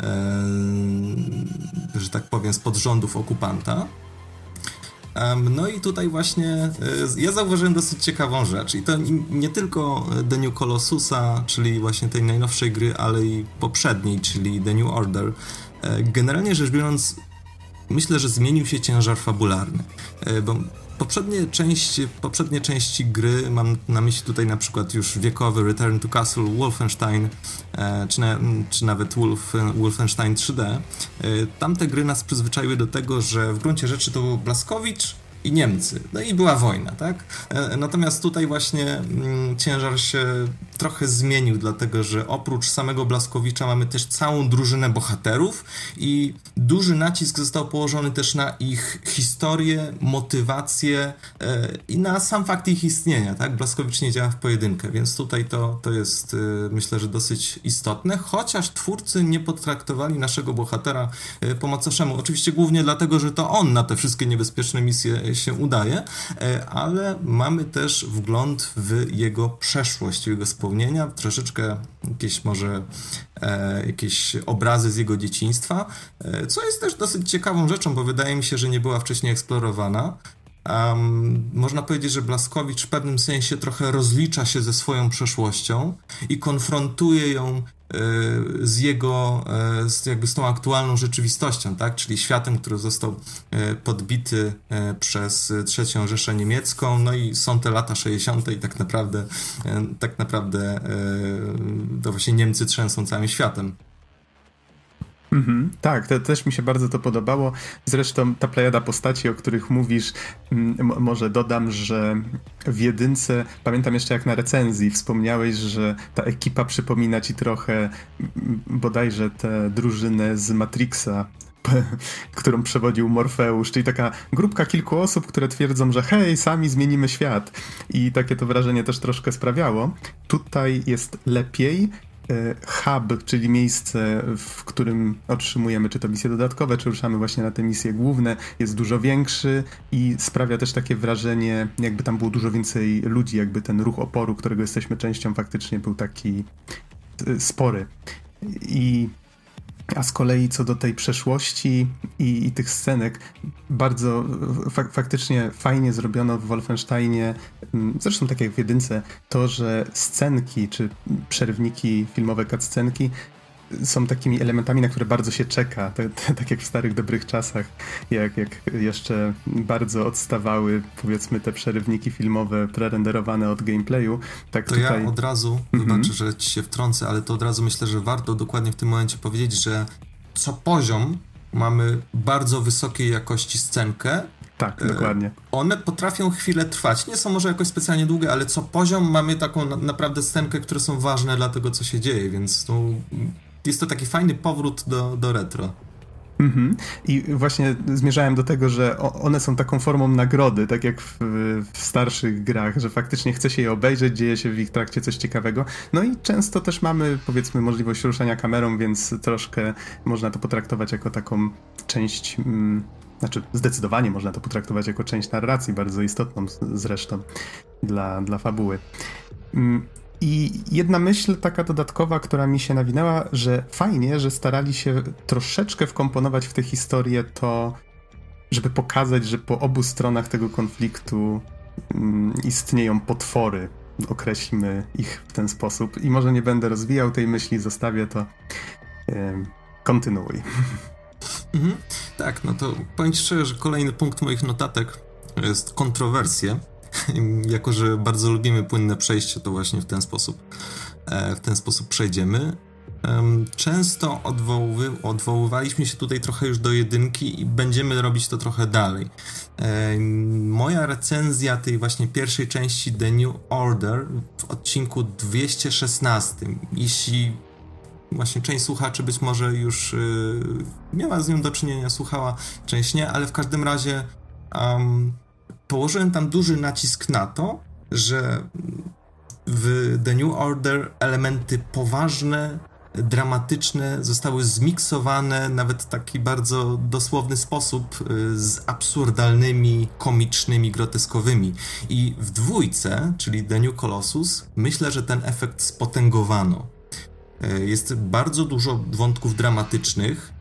D: że tak powiem, spod rządów okupanta. No i tutaj właśnie ja zauważyłem dosyć ciekawą rzecz i to nie tylko The New Colossusa, czyli właśnie tej najnowszej gry, ale i poprzedniej, czyli The New Order. Generalnie rzecz biorąc, myślę, że zmienił się ciężar fabularny, bo poprzednie części gry, mam na myśli tutaj na przykład już wiekowy Return to Castle Wolfenstein, czy nawet Wolfenstein 3D, tamte gry nas przyzwyczaiły do tego, że w gruncie rzeczy to był Błaskowicz i Niemcy. No i była wojna, tak? Natomiast tutaj właśnie ciężar się trochę zmienił, dlatego że oprócz samego Błaskowicza mamy też całą drużynę bohaterów i duży nacisk został położony też na ich historię, motywację i na sam fakt ich istnienia, tak? Błaskowicz nie działa w pojedynkę, więc tutaj to jest myślę, że dosyć istotne, chociaż twórcy nie potraktowali naszego bohatera po macoszemu. Oczywiście głównie dlatego, że to on na te wszystkie niebezpieczne misje się udaje, ale mamy też wgląd w jego przeszłość, w jego wspomnienia, troszeczkę jakieś obrazy z jego dzieciństwa, co jest też dosyć ciekawą rzeczą, bo wydaje mi się, że nie była wcześniej eksplorowana. Można powiedzieć, że Błaskowicz w pewnym sensie trochę rozlicza się ze swoją przeszłością i konfrontuje ją z tą aktualną rzeczywistością, tak? Czyli światem, który został podbity przez III Rzeszę Niemiecką, no i są te lata 60. i tak naprawdę to właśnie Niemcy trzęsą całym światem.
A: Tak, to też mi się bardzo to podobało. Zresztą ta plejada postaci, o których mówisz, może dodam, że w 1, pamiętam jeszcze jak na recenzji wspomniałeś, że ta ekipa przypomina ci trochę bodajże tę drużynę z Matrixa, którą przewodził Morfeusz, czyli taka grupka kilku osób, które twierdzą, że hej, sami zmienimy świat. I takie to wrażenie też troszkę sprawiało. Tutaj jest lepiej. Hub, czyli miejsce, w którym otrzymujemy czy to misje dodatkowe, czy ruszamy właśnie na te misje główne, jest dużo większy i sprawia też takie wrażenie, jakby tam było dużo więcej ludzi, jakby ten ruch oporu, którego jesteśmy częścią, faktycznie był taki spory. A z kolei co do tej przeszłości i tych scenek, bardzo faktycznie fajnie zrobiono w Wolfensteinie, zresztą tak jak w 1, to, że scenki czy przerywniki filmowe, cutscenki są takimi elementami, na które bardzo się czeka, tak jak w starych dobrych czasach, jak jeszcze bardzo odstawały, powiedzmy, te przerywniki filmowe prerenderowane od gameplayu. Tak
D: to tutaj... Ja od razu, wybacz, że ci się wtrącę, ale to od razu myślę, że warto dokładnie w tym momencie powiedzieć, że co poziom mamy bardzo wysokiej jakości scenkę.
A: Tak, dokładnie.
D: One potrafią chwilę trwać. Nie są może jakoś specjalnie długie, ale co poziom mamy taką naprawdę scenkę, które są ważne dla tego, co się dzieje, więc jest to taki fajny powrót do retro. I właśnie zmierzałem do tego, że one są taką formą nagrody, tak jak w starszych grach, że faktycznie chce się je obejrzeć, dzieje się w ich trakcie coś ciekawego. No i często też mamy, powiedzmy, możliwość ruszania kamerą, więc troszkę można to potraktować jako taką część, zdecydowanie można to potraktować jako część narracji, bardzo istotną zresztą dla fabuły.
A: I jedna myśl taka dodatkowa, która mi się nawinęła, że fajnie, że starali się troszeczkę wkomponować w tę historię to, żeby pokazać, że po obu stronach tego konfliktu istnieją potwory. Określmy ich w ten sposób. I może nie będę rozwijał tej myśli, zostawię to. Kontynuuj.
D: Tak, no to powiem ci szczerze, że kolejny punkt moich notatek jest kontrowersje. Jako że bardzo lubimy płynne przejście, to właśnie w ten sposób przejdziemy. Często odwoływaliśmy się tutaj trochę już do jedynki i będziemy robić to trochę dalej. Moja recenzja tej właśnie pierwszej części The New Order w odcinku 216. Jeśli właśnie część słuchaczy być może już miała z nią do czynienia, słuchała, część nie, ale w każdym razie położyłem tam duży nacisk na to, że w The New Order elementy poważne, dramatyczne zostały zmiksowane nawet w taki bardzo dosłowny sposób z absurdalnymi, komicznymi, groteskowymi. I w dwójce, czyli The New Colossus, myślę, że ten efekt spotęgowano. Jest bardzo dużo wątków dramatycznych,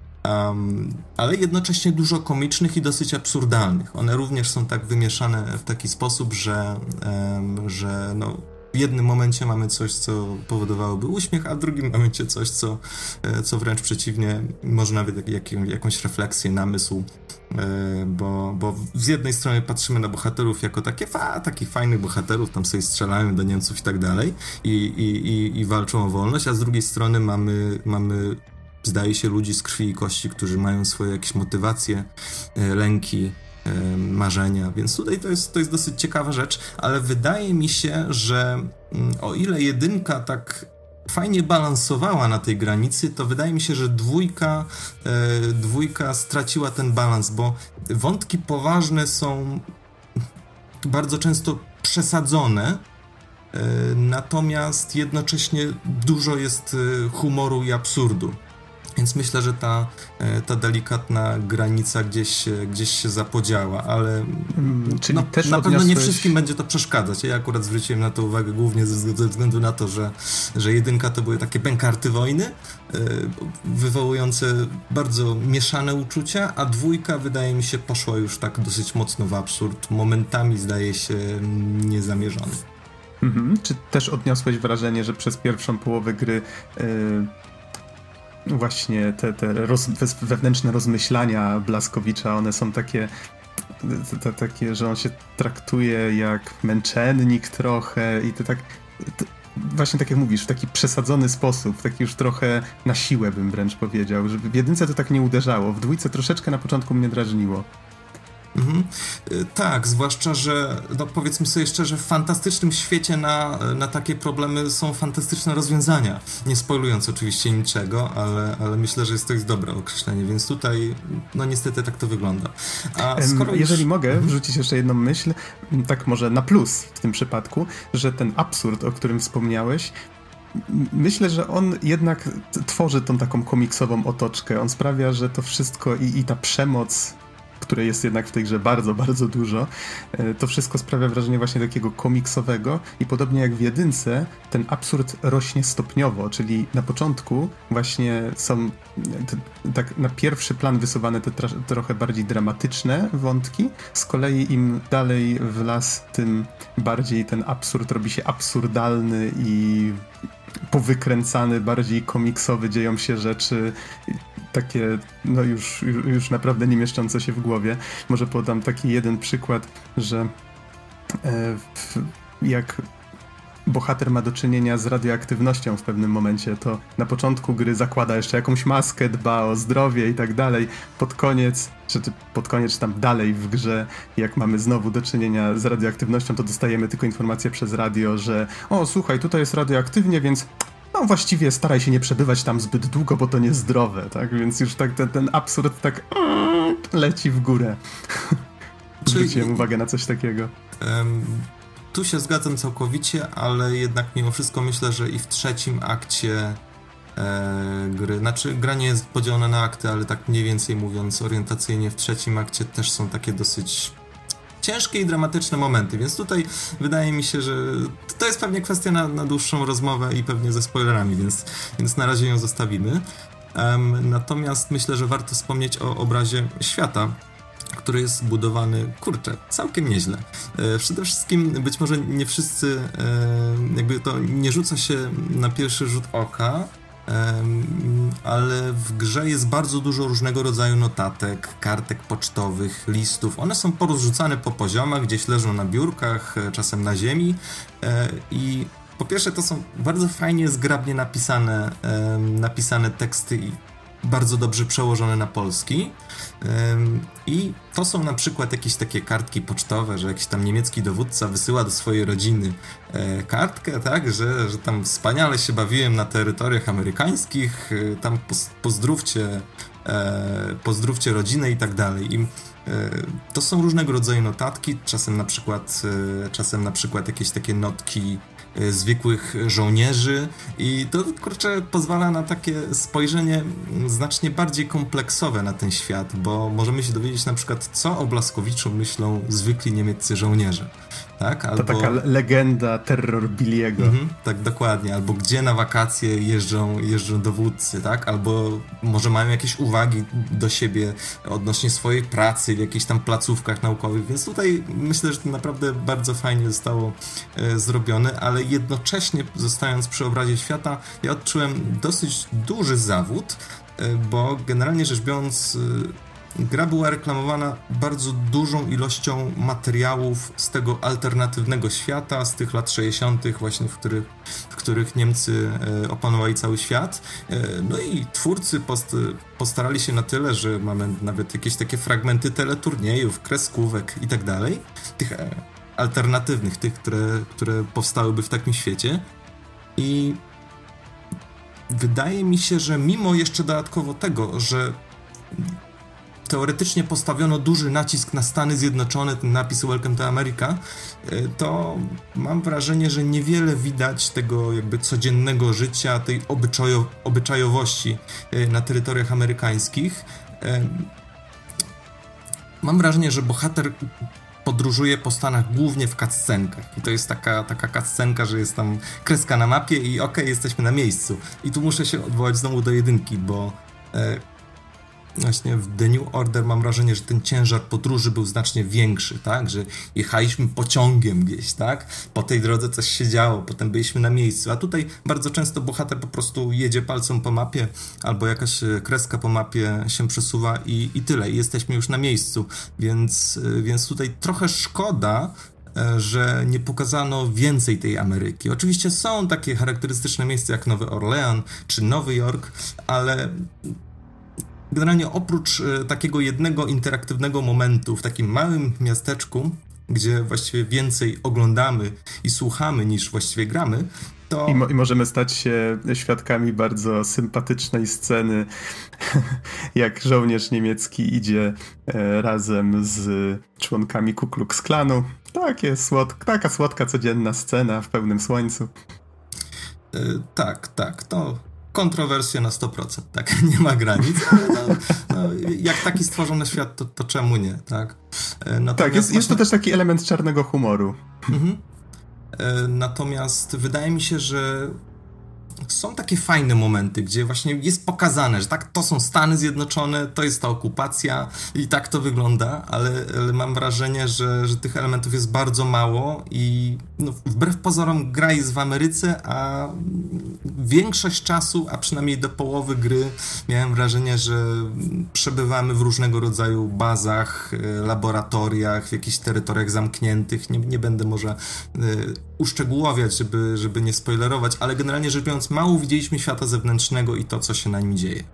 D: ale jednocześnie dużo komicznych i dosyć absurdalnych. One również są tak wymieszane w taki sposób, że no, w jednym momencie mamy coś, co powodowałoby uśmiech, a w drugim momencie coś, co wręcz przeciwnie, może nawet jakąś refleksję, namysł, bo z jednej strony patrzymy na bohaterów jako takich fajnych bohaterów, tam sobie strzelają do Niemców i tak dalej i walczą o wolność, a z drugiej strony mamy zdaje się ludzi z krwi i kości, którzy mają swoje jakieś motywacje, lęki, marzenia, więc tutaj to jest dosyć ciekawa rzecz, ale wydaje mi się, że o ile jedynka tak fajnie balansowała na tej granicy, to wydaje mi się, że dwójka straciła ten balans, bo wątki poważne są bardzo często przesadzone, natomiast jednocześnie dużo jest humoru i absurdu. Więc myślę, że ta delikatna granica gdzieś się zapodziała, ale
A: czyli też
D: na pewno nie wszystkim będzie to przeszkadzać. Ja akurat zwróciłem na to uwagę głównie ze względu na to, że jedynka to były takie bękarty wojny, wywołujące bardzo mieszane uczucia, a dwójka wydaje mi się poszła już tak dosyć mocno w absurd. Momentami zdaje się niezamierzony.
A: Czy też odniosłeś wrażenie, że przez pierwszą połowę gry właśnie te wewnętrzne rozmyślania Blaszkowicza, one są takie, że on się traktuje jak męczennik trochę i właśnie tak jak mówisz, w taki przesadzony sposób, taki już trochę na siłę bym wręcz powiedział, że w jedynce to tak nie uderzało, w dwójce troszeczkę na początku mnie drażniło.
D: Tak, zwłaszcza, że no powiedzmy sobie szczerze, w fantastycznym świecie na takie problemy są fantastyczne rozwiązania. Nie spoilując oczywiście niczego, ale myślę, że to jest dobre określenie, więc tutaj no niestety tak to wygląda.
A: Jeżeli mogę wrzucić jeszcze jedną myśl, tak może na plus w tym przypadku, że ten absurd, o którym wspomniałeś, myślę, że on jednak tworzy tą taką komiksową otoczkę. On sprawia, że to wszystko i ta przemoc, której jest jednak w tej grze bardzo, bardzo dużo, to wszystko sprawia wrażenie właśnie takiego komiksowego i podobnie jak w jedynce, ten absurd rośnie stopniowo, czyli na początku właśnie są tak na pierwszy plan wysuwane te trochę bardziej dramatyczne wątki, z kolei im dalej w las, tym bardziej ten absurd robi się absurdalny i powykręcany, bardziej komiksowy, dzieją się rzeczy takie, no już naprawdę nie mieszczące się w głowie. Może podam taki jeden przykład, że jak bohater ma do czynienia z radioaktywnością w pewnym momencie, to na początku gry zakłada jeszcze jakąś maskę, dba o zdrowie i tak dalej. Pod koniec tam dalej w grze, jak mamy znowu do czynienia z radioaktywnością, to dostajemy tylko informację przez radio, że słuchaj, tutaj jest radioaktywnie, więc no właściwie staraj się nie przebywać tam zbyt długo, bo to niezdrowe, tak? Więc już tak ten absurd tak leci w górę. Zwróciłem uwagę na coś takiego.
D: Tu się zgadzam całkowicie, ale jednak mimo wszystko myślę, że i w trzecim akcie gry, znaczy gra nie jest podzielona na akty, ale tak mniej więcej mówiąc orientacyjnie w trzecim akcie też są takie dosyć ciężkie i dramatyczne momenty, więc tutaj wydaje mi się, że to jest pewnie kwestia na dłuższą rozmowę i pewnie ze spoilerami, więc na razie ją zostawimy. Natomiast myślę, że warto wspomnieć o obrazie świata, który jest budowany, całkiem nieźle. Przede wszystkim być może nie wszyscy, jakby to nie rzuca się na pierwszy rzut oka, ale w grze jest bardzo dużo różnego rodzaju notatek, kartek pocztowych, listów. One są porozrzucane po poziomach, gdzieś leżą na biurkach, czasem na ziemi i po pierwsze to są bardzo fajnie, zgrabnie napisane teksty i bardzo dobrze przełożone na polski. I to są na przykład jakieś takie kartki pocztowe, że jakiś tam niemiecki dowódca wysyła do swojej rodziny kartkę, tak, że tam wspaniale się bawiłem na terytoriach amerykańskich, tam pozdrówcie rodzinę i tak dalej. I to są różnego rodzaju notatki, czasem na przykład jakieś takie notki zwykłych żołnierzy i to pozwala na takie spojrzenie znacznie bardziej kompleksowe na ten świat, bo możemy się dowiedzieć na przykład, co o Blaskowiczu myślą zwykli niemieccy żołnierze. Tak? Albo... To
A: taka legenda terror Billiego.
D: Tak, dokładnie. Albo gdzie na wakacje jeżdżą dowódcy, tak? Albo może mają jakieś uwagi do siebie odnośnie swojej pracy w jakichś tam placówkach naukowych, więc tutaj myślę, że to naprawdę bardzo fajnie zostało zrobione, ale jednocześnie zostając przy obrazie świata, ja odczułem dosyć duży zawód, bo generalnie rzecz biorąc gra była reklamowana bardzo dużą ilością materiałów z tego alternatywnego świata, z tych lat 60. właśnie, w których Niemcy opanowali cały świat. No i twórcy postarali się na tyle, że mamy nawet jakieś takie fragmenty teleturniejów, kreskówek i tak dalej. Tych alternatywnych, tych, które powstałyby w takim świecie. I wydaje mi się, że mimo jeszcze dodatkowo tego, że teoretycznie postawiono duży nacisk na Stany Zjednoczone, ten napis Welcome to America, to mam wrażenie, że niewiele widać tego jakby codziennego życia, tej obyczajowości na terytoriach amerykańskich. Mam wrażenie, że bohater podróżuje po Stanach głównie w cutscenkach. I to jest taka cutscenka, że jest tam kreska na mapie i okej, jesteśmy na miejscu. I tu muszę się odwołać znowu do jedynki, bo właśnie w The New Order mam wrażenie, że ten ciężar podróży był znacznie większy, tak? Że jechaliśmy pociągiem gdzieś, tak? Po tej drodze coś się działo, potem byliśmy na miejscu, a tutaj bardzo często bohater po prostu jedzie palcem po mapie, albo jakaś kreska po mapie się przesuwa i tyle, i jesteśmy już na miejscu, więc tutaj trochę szkoda, że nie pokazano więcej tej Ameryki. Oczywiście są takie charakterystyczne miejsca jak Nowy Orlean czy Nowy Jork, ale generalnie oprócz takiego jednego interaktywnego momentu w takim małym miasteczku, gdzie właściwie więcej oglądamy i słuchamy niż właściwie gramy, to...
A: I możemy stać się świadkami bardzo sympatycznej sceny, jak żołnierz niemiecki idzie razem z członkami Ku Klux Klanu. Taka słodka, codzienna scena w pełnym słońcu.
D: Tak, to kontrowersja na 100%, tak, nie ma granic, ale jak taki stworzony świat, to czemu nie, tak?
A: Tak, jest to też taki element czarnego humoru.
D: Natomiast wydaje mi się, że są takie fajne momenty, gdzie właśnie jest pokazane, że tak, to są Stany Zjednoczone, to jest ta okupacja i tak to wygląda, ale mam wrażenie, że tych elementów jest bardzo mało i wbrew pozorom gra jest w Ameryce, a większość czasu, a przynajmniej do połowy gry, miałem wrażenie, że przebywamy w różnego rodzaju bazach, laboratoriach, w jakichś terytoriach zamkniętych. Nie będę może uszczegółowiać, żeby nie spoilerować, ale generalnie rzecz biorąc, mało widzieliśmy świata zewnętrznego i to, co się na nim dzieje.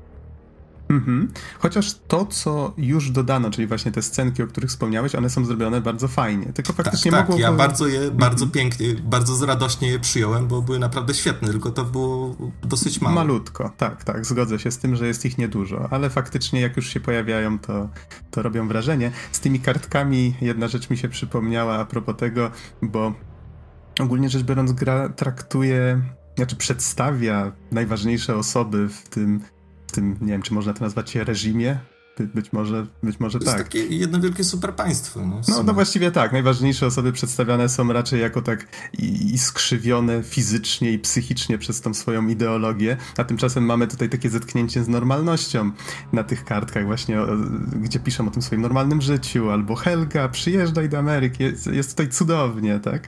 A: Chociaż to, co już dodano, czyli właśnie te scenki, o których wspomniałeś, one są zrobione bardzo fajnie. Tylko faktycznie
D: mogło... Ja bardzo pięknie, bardzo radośnie je przyjąłem, bo były naprawdę świetne, tylko to było dosyć mało.
A: Malutko, tak, zgodzę się z tym, że jest ich niedużo, ale faktycznie jak już się pojawiają, to robią wrażenie. Z tymi kartkami jedna rzecz mi się przypomniała a propos tego, bo ogólnie rzecz biorąc gra przedstawia najważniejsze osoby w tym, nie wiem, czy można to nazwać reżimie Być może
D: to
A: tak.
D: To jest takie jedno wielkie super państwo.
A: No właściwie tak. Najważniejsze osoby przedstawiane są raczej jako tak i skrzywione fizycznie i psychicznie przez tą swoją ideologię, a tymczasem mamy tutaj takie zetknięcie z normalnością na tych kartkach właśnie, gdzie piszą o tym swoim normalnym życiu, albo Helga, przyjeżdżaj do Ameryki, jest tutaj cudownie, tak?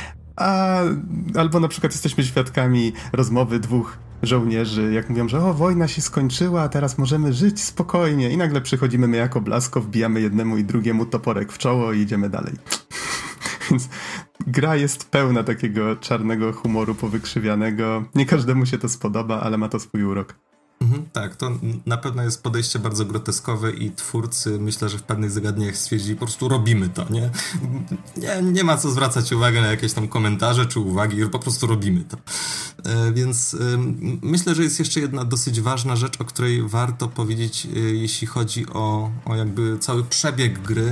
A: Albo na przykład jesteśmy świadkami rozmowy dwóch żołnierzy, jak mówią, że wojna się skończyła, a teraz możemy żyć spokojnie i nagle przychodzimy my jako Blasko, wbijamy jednemu i drugiemu toporek w czoło i idziemy dalej. Więc gra jest pełna takiego czarnego humoru powykrzywianego. Nie każdemu się to spodoba, ale ma to swój urok.
D: Tak, to na pewno jest podejście bardzo groteskowe i twórcy, myślę, że w pewnych zagadnieniach stwierdzili, po prostu robimy to, nie? Nie ma co zwracać uwagi na jakieś tam komentarze czy uwagi, po prostu robimy to. Więc myślę, że jest jeszcze jedna dosyć ważna rzecz, o której warto powiedzieć, jeśli chodzi o jakby cały przebieg gry,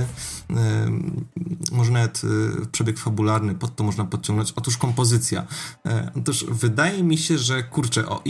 D: może nawet przebieg fabularny, pod to można podciągnąć. Otóż kompozycja. Otóż wydaje mi się, że kurczę, o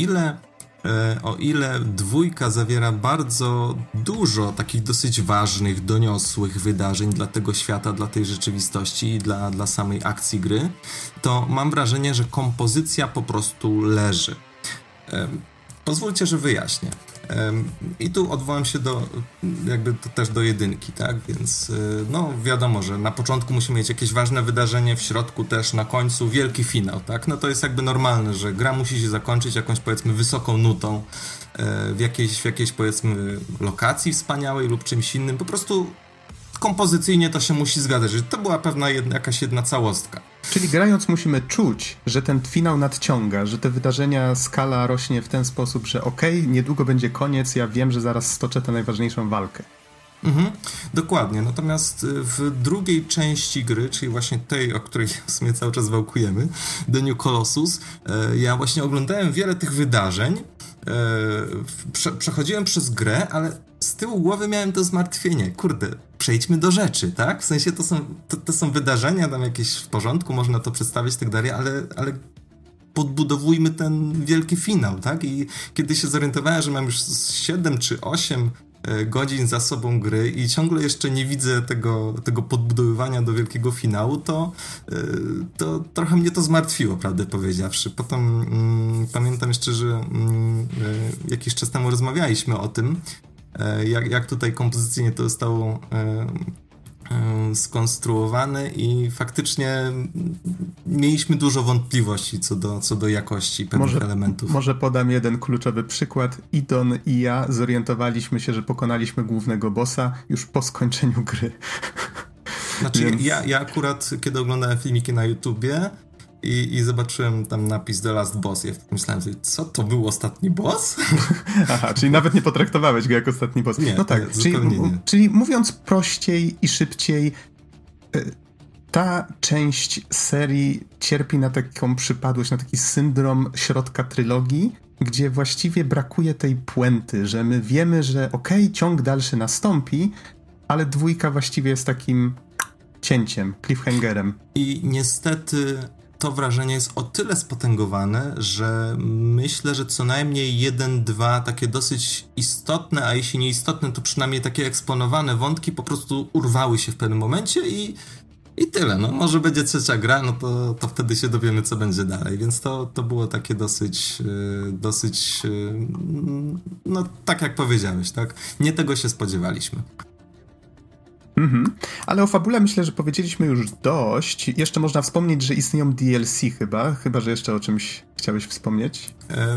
D: ile dwójka zawiera bardzo dużo takich dosyć ważnych, doniosłych wydarzeń dla tego świata, dla tej rzeczywistości i dla samej akcji gry, to mam wrażenie, że kompozycja po prostu leży. Pozwólcie, że wyjaśnię. I tu odwołam się też do jedynki, tak? Więc no wiadomo, że na początku musimy mieć jakieś ważne wydarzenie, w środku też, na końcu wielki finał, tak? No to jest jakby normalne, że gra musi się zakończyć jakąś powiedzmy wysoką nutą w jakiejś powiedzmy lokacji wspaniałej lub czymś innym. Po prostu kompozycyjnie to się musi zgadzać, że to była pewna jakaś jedna całostka.
A: Czyli grając musimy czuć, że ten finał nadciąga, że te wydarzenia, skala rośnie w ten sposób, że niedługo będzie koniec, ja wiem, że zaraz stoczę tę najważniejszą walkę.
D: Dokładnie, natomiast w drugiej części gry, czyli właśnie tej, o której w sumie cały czas wałkujemy, The New Colossus, ja właśnie oglądałem wiele tych wydarzeń, przechodziłem przez grę, ale z tyłu głowy miałem to zmartwienie, kurde, przejdźmy do rzeczy, tak? W sensie to są wydarzenia tam jakieś w porządku, można to przedstawić i tak dalej, ale podbudowujmy ten wielki finał, tak? I kiedy się zorientowałem, że mam już 7 czy 8 godzin za sobą gry i ciągle jeszcze nie widzę tego podbudowywania do wielkiego finału, to trochę mnie to zmartwiło, prawdę powiedziawszy. Potem pamiętam jeszcze, że jakiś czas temu rozmawialiśmy o tym, jak tutaj kompozycyjnie to zostało skonstruowane i faktycznie mieliśmy dużo wątpliwości co do jakości pewnych elementów.
A: Może podam jeden kluczowy przykład. Idon i ja zorientowaliśmy się, że pokonaliśmy głównego bossa już po skończeniu gry.
D: Znaczy więc... ja akurat, kiedy oglądałem filmiki na YouTubie i zobaczyłem tam napis The Last Boss, ja myślałem sobie, co, to był ostatni boss?
A: Aha, czyli nawet nie potraktowałeś go jako ostatni boss.
D: Nie,
A: no tak,
D: zupełnie nie.
A: Czyli mówiąc prościej i szybciej, ta część serii cierpi na taką przypadłość, na taki syndrom środka trylogii, gdzie właściwie brakuje tej puenty, że my wiemy, że ciąg dalszy nastąpi, ale dwójka właściwie jest takim cięciem, cliffhangerem.
D: I niestety to wrażenie jest o tyle spotęgowane, że myślę, że co najmniej 1-2 takie dosyć istotne, a jeśli nie istotne, to przynajmniej takie eksponowane wątki po prostu urwały się w pewnym momencie i tyle. No, może będzie trzecia gra, no to wtedy się dowiemy, co będzie dalej. Więc to było takie dosyć, no tak jak powiedziałeś, tak? Nie tego się spodziewaliśmy.
A: Ale o fabule myślę, że powiedzieliśmy już dość. Jeszcze można wspomnieć, że istnieją DLC chyba, że jeszcze o czymś chciałeś wspomnieć.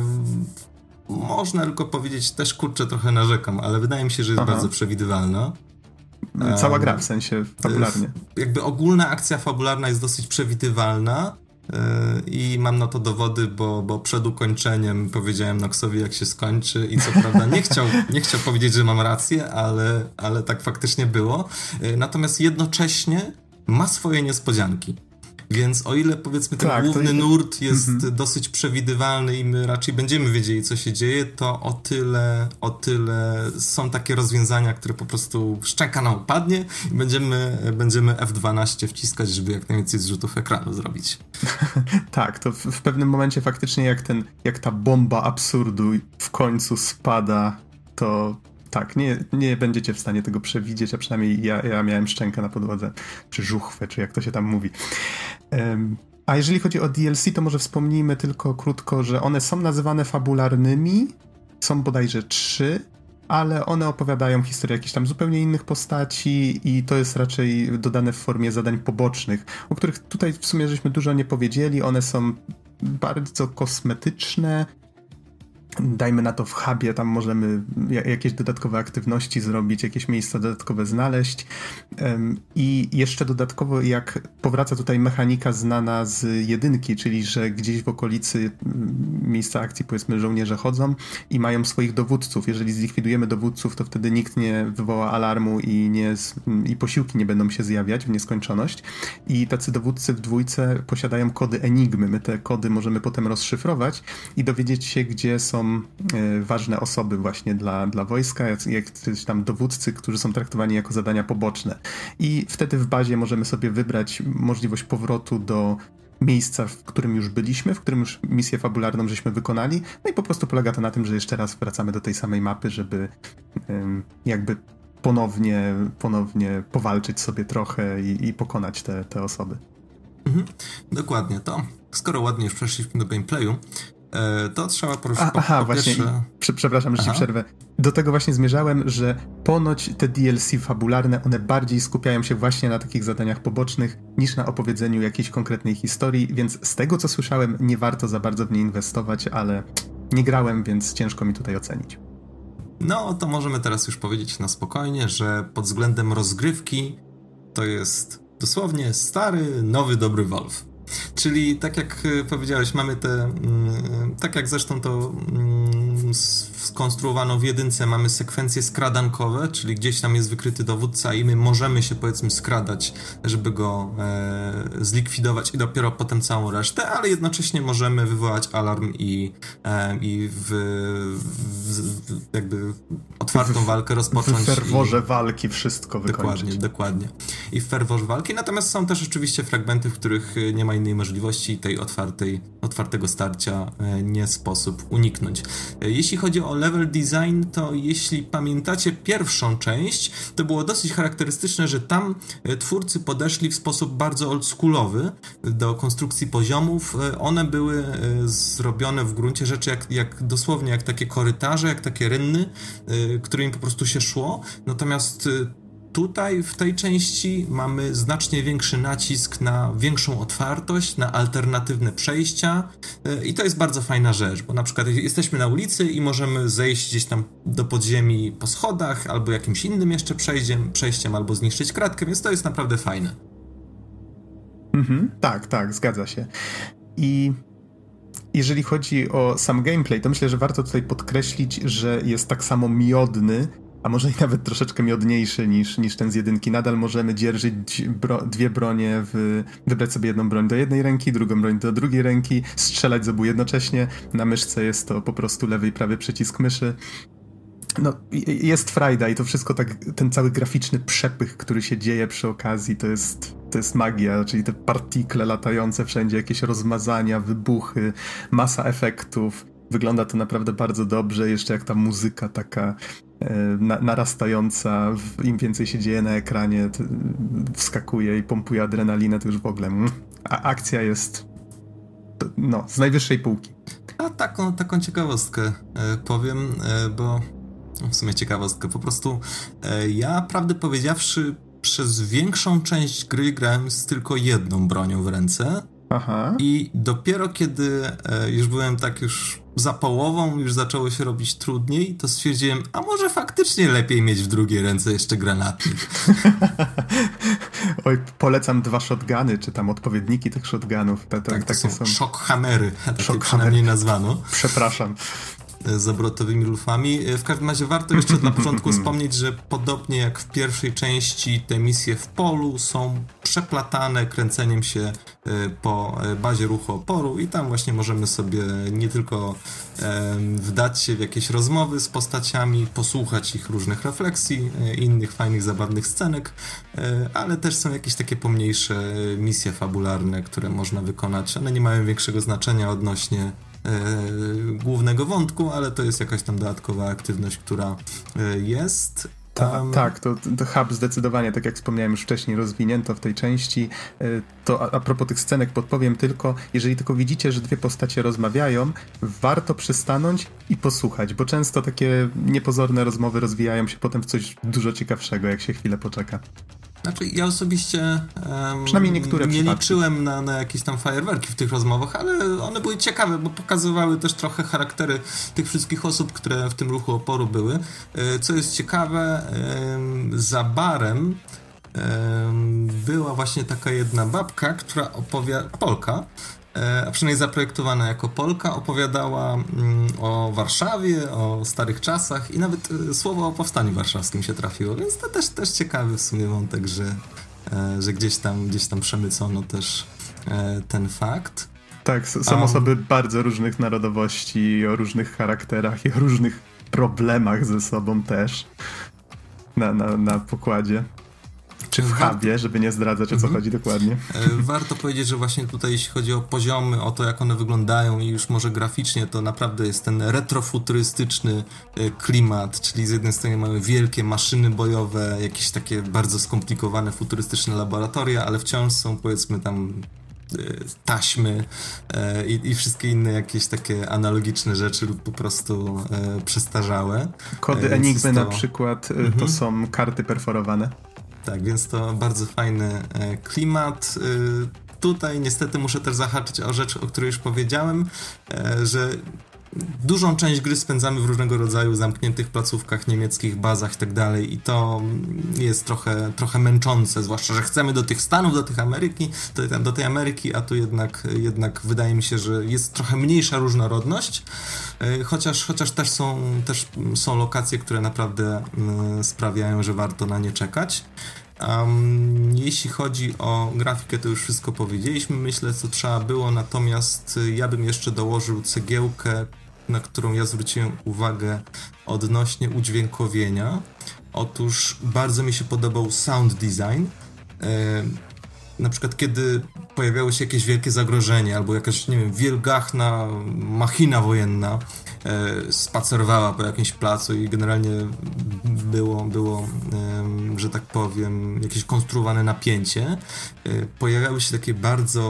D: Można tylko powiedzieć, też kurczę trochę narzekam, ale wydaje mi się, że jest bardzo przewidywalna.
A: Cała gra w sensie fabularnie.
D: Jakby ogólna akcja fabularna jest dosyć przewidywalna i mam na to dowody, bo przed ukończeniem powiedziałem Noxowi, jak się skończy i co prawda nie chciał powiedzieć, że mam rację, ale tak faktycznie było. Natomiast jednocześnie ma swoje niespodzianki. Więc o ile powiedzmy ten główny nurt jest dosyć przewidywalny i my raczej będziemy wiedzieli, co się dzieje, to o tyle są takie rozwiązania, które po prostu szczęka nam opadnie i będziemy F12 wciskać, żeby jak najwięcej zrzutów ekranu zrobić.
A: Tak, to w pewnym momencie faktycznie jak ta bomba absurdu w końcu spada, to Tak, nie będziecie w stanie tego przewidzieć, a przynajmniej ja miałem szczękę na podłodze, czy żuchwę, czy jak to się tam mówi. A jeżeli chodzi o DLC, to może wspomnijmy tylko krótko, że one są nazywane fabularnymi, są bodajże 3, ale one opowiadają historię jakichś tam zupełnie innych postaci i to jest raczej dodane w formie zadań pobocznych, o których tutaj w sumie żeśmy dużo nie powiedzieli. One są bardzo kosmetyczne. Dajmy na to w hubie, tam możemy jakieś dodatkowe aktywności zrobić, jakieś miejsca dodatkowe znaleźć i jeszcze dodatkowo jak powraca tutaj mechanika znana z 1, czyli że gdzieś w okolicy miejsca akcji powiedzmy żołnierze chodzą i mają swoich dowódców. Jeżeli zlikwidujemy dowódców, to wtedy nikt nie wywoła alarmu i posiłki nie będą się zjawiać w nieskończoność i tacy dowódcy w 2 posiadają kody Enigmy. My te kody możemy potem rozszyfrować i dowiedzieć się, gdzie są ważne osoby właśnie dla wojska, jak tam dowódcy, którzy są traktowani jako zadania poboczne. I wtedy w bazie możemy sobie wybrać możliwość powrotu do miejsca, w którym już byliśmy, w którym już misję fabularną żeśmy wykonali. No i po prostu polega to na tym, że jeszcze raz wracamy do tej samej mapy, żeby jakby ponownie powalczyć sobie trochę i pokonać te osoby.
D: Dokładnie to. Skoro ładnie już przeszliśmy do gameplayu, to trzeba poruszyć
A: właśnie. Przepraszam, że ci przerwę. Do tego właśnie zmierzałem, że ponoć te DLC fabularne, one bardziej skupiają się właśnie na takich zadaniach pobocznych niż na opowiedzeniu jakiejś konkretnej historii, więc z tego co słyszałem, nie warto za bardzo w nie inwestować, ale nie grałem, więc ciężko mi tutaj ocenić.
D: No, to możemy teraz już powiedzieć na spokojnie, że pod względem rozgrywki to jest dosłownie stary, nowy, dobry Valve. Czyli tak jak powiedziałeś, mamy tak jak zresztą to skonstruowano w 1, mamy sekwencje skradankowe, czyli gdzieś tam jest wykryty dowódca i my możemy się powiedzmy skradać, żeby go zlikwidować i dopiero potem całą resztę, ale jednocześnie możemy wywołać alarm i jakby otwartą walkę rozpocząć.
A: W ferworze walki wszystko wykończyć.
D: Dokładnie. I w ferworze walki, natomiast są też oczywiście fragmenty, w których nie ma innej możliwości tej otwartego starcia nie sposób uniknąć. Jeśli chodzi o level design, to jeśli pamiętacie pierwszą część, to było dosyć charakterystyczne, że tam twórcy podeszli w sposób bardzo oldschoolowy do konstrukcji poziomów. One były zrobione w gruncie rzeczy jak dosłownie jak takie korytarze, jak takie rynny, którymi po prostu się szło. Natomiast tutaj w tej części mamy znacznie większy nacisk na większą otwartość, na alternatywne przejścia i to jest bardzo fajna rzecz, bo na przykład jesteśmy na ulicy i możemy zejść gdzieś tam do podziemi po schodach albo jakimś innym jeszcze przejściem albo zniszczyć kratkę, więc to jest naprawdę fajne.
A: Tak, zgadza się. I jeżeli chodzi o sam gameplay, to myślę, że warto tutaj podkreślić, że jest tak samo miodny, a może i nawet troszeczkę miodniejszy niż ten z 1. Nadal możemy dzierżyć 2 bronie, wybrać sobie jedną broń do jednej ręki, drugą broń do drugiej ręki, strzelać z obu jednocześnie. Na myszce jest to po prostu lewy i prawy przycisk myszy. No, jest frajda i to wszystko tak, ten cały graficzny przepych, który się dzieje przy okazji, to jest magia, czyli te partikle latające wszędzie, jakieś rozmazania, wybuchy, masa efektów. Wygląda to naprawdę bardzo dobrze, jeszcze jak ta muzyka taka narastająca, im więcej się dzieje na ekranie, wskakuje i pompuje adrenalinę, to już w ogóle akcja jest z najwyższej półki.
D: A taką ciekawostkę powiem, bo w sumie ciekawostkę, po prostu ja prawdę powiedziawszy przez większą część gry grałem z tylko jedną bronią w ręce.
A: Aha.
D: I dopiero kiedy już byłem tak już za połową, już zaczęło się robić trudniej, to stwierdziłem, a może faktycznie lepiej mieć w drugiej ręce jeszcze granatnik.
A: Oj, polecam 2 shotguny, czy tam odpowiedniki tych shotgunów.
D: Takie są shockhammery, takie przynajmniej nazwano.
A: Przepraszam.
D: Z obrotowymi lufami. W każdym razie warto jeszcze na początku wspomnieć, że podobnie jak w pierwszej części te misje w polu są przeplatane kręceniem się po bazie ruchu oporu i tam właśnie możemy sobie nie tylko wdać się w jakieś rozmowy z postaciami, posłuchać ich różnych refleksji, innych fajnych, zabawnych scenek, ale też są jakieś takie pomniejsze misje fabularne, które można wykonać. One nie mają większego znaczenia odnośnie głównego wątku, ale to jest jakaś tam dodatkowa aktywność, która jest.
A: Tak, to hub zdecydowanie, tak jak wspomniałem już wcześniej, rozwinięto w tej części. To a propos tych scenek podpowiem tylko, jeżeli tylko widzicie, że dwie postacie rozmawiają, warto przystanąć i posłuchać, bo często takie niepozorne rozmowy rozwijają się potem w coś dużo ciekawszego, jak się chwilę poczeka.
D: Znaczy, ja osobiście
A: przynajmniej niektóre
D: nie
A: przypadki.
D: liczyłem na jakieś tam fajerwerki w tych rozmowach, ale one były ciekawe, bo pokazywały też trochę charaktery tych wszystkich osób, które w tym ruchu oporu były. Co jest ciekawe, za barem była właśnie taka jedna babka, która Polka, a przynajmniej zaprojektowana jako Polka, opowiadała o Warszawie, o starych czasach i nawet słowo o Powstaniu Warszawskim się trafiło, więc to też ciekawy w sumie wątek, że gdzieś tam przemycono też ten fakt.
A: Tak, są osoby bardzo różnych narodowości, o różnych charakterach i o różnych problemach ze sobą też na pokładzie. Czy w hubie, żeby nie zdradzać, o co chodzi dokładnie.
D: Warto powiedzieć, że właśnie tutaj, jeśli chodzi o poziomy, o to, jak one wyglądają i już może graficznie, to naprawdę jest ten retrofuturystyczny klimat, czyli z jednej strony mamy wielkie maszyny bojowe, jakieś takie bardzo skomplikowane, futurystyczne laboratoria, ale wciąż są, powiedzmy, tam taśmy i wszystkie inne jakieś takie analogiczne rzeczy lub po prostu przestarzałe.
A: Kody Enigmy na przykład to są karty perforowane.
D: Tak, więc to bardzo fajny klimat. Tutaj niestety muszę też zahaczyć o rzecz, o której już powiedziałem, że dużą część gry spędzamy w różnego rodzaju zamkniętych placówkach, niemieckich bazach i tak dalej i to jest trochę męczące, zwłaszcza, że chcemy do tych Stanów, do tej Ameryki, a tu jednak wydaje mi się, że jest trochę mniejsza różnorodność, chociaż też są lokacje, które naprawdę sprawiają, że warto na nie czekać. Jeśli chodzi o grafikę, to już wszystko powiedzieliśmy, myślę, co trzeba było, natomiast ja bym jeszcze dołożył cegiełkę, na którą ja zwróciłem uwagę odnośnie udźwiękowienia. Otóż bardzo mi się podobał sound design. Na przykład kiedy pojawiało się jakieś wielkie zagrożenie albo jakaś, nie wiem, wielgachna machina wojenna spacerowała po jakimś placu i generalnie było że tak powiem, jakieś konstruowane napięcie. Pojawiały się takie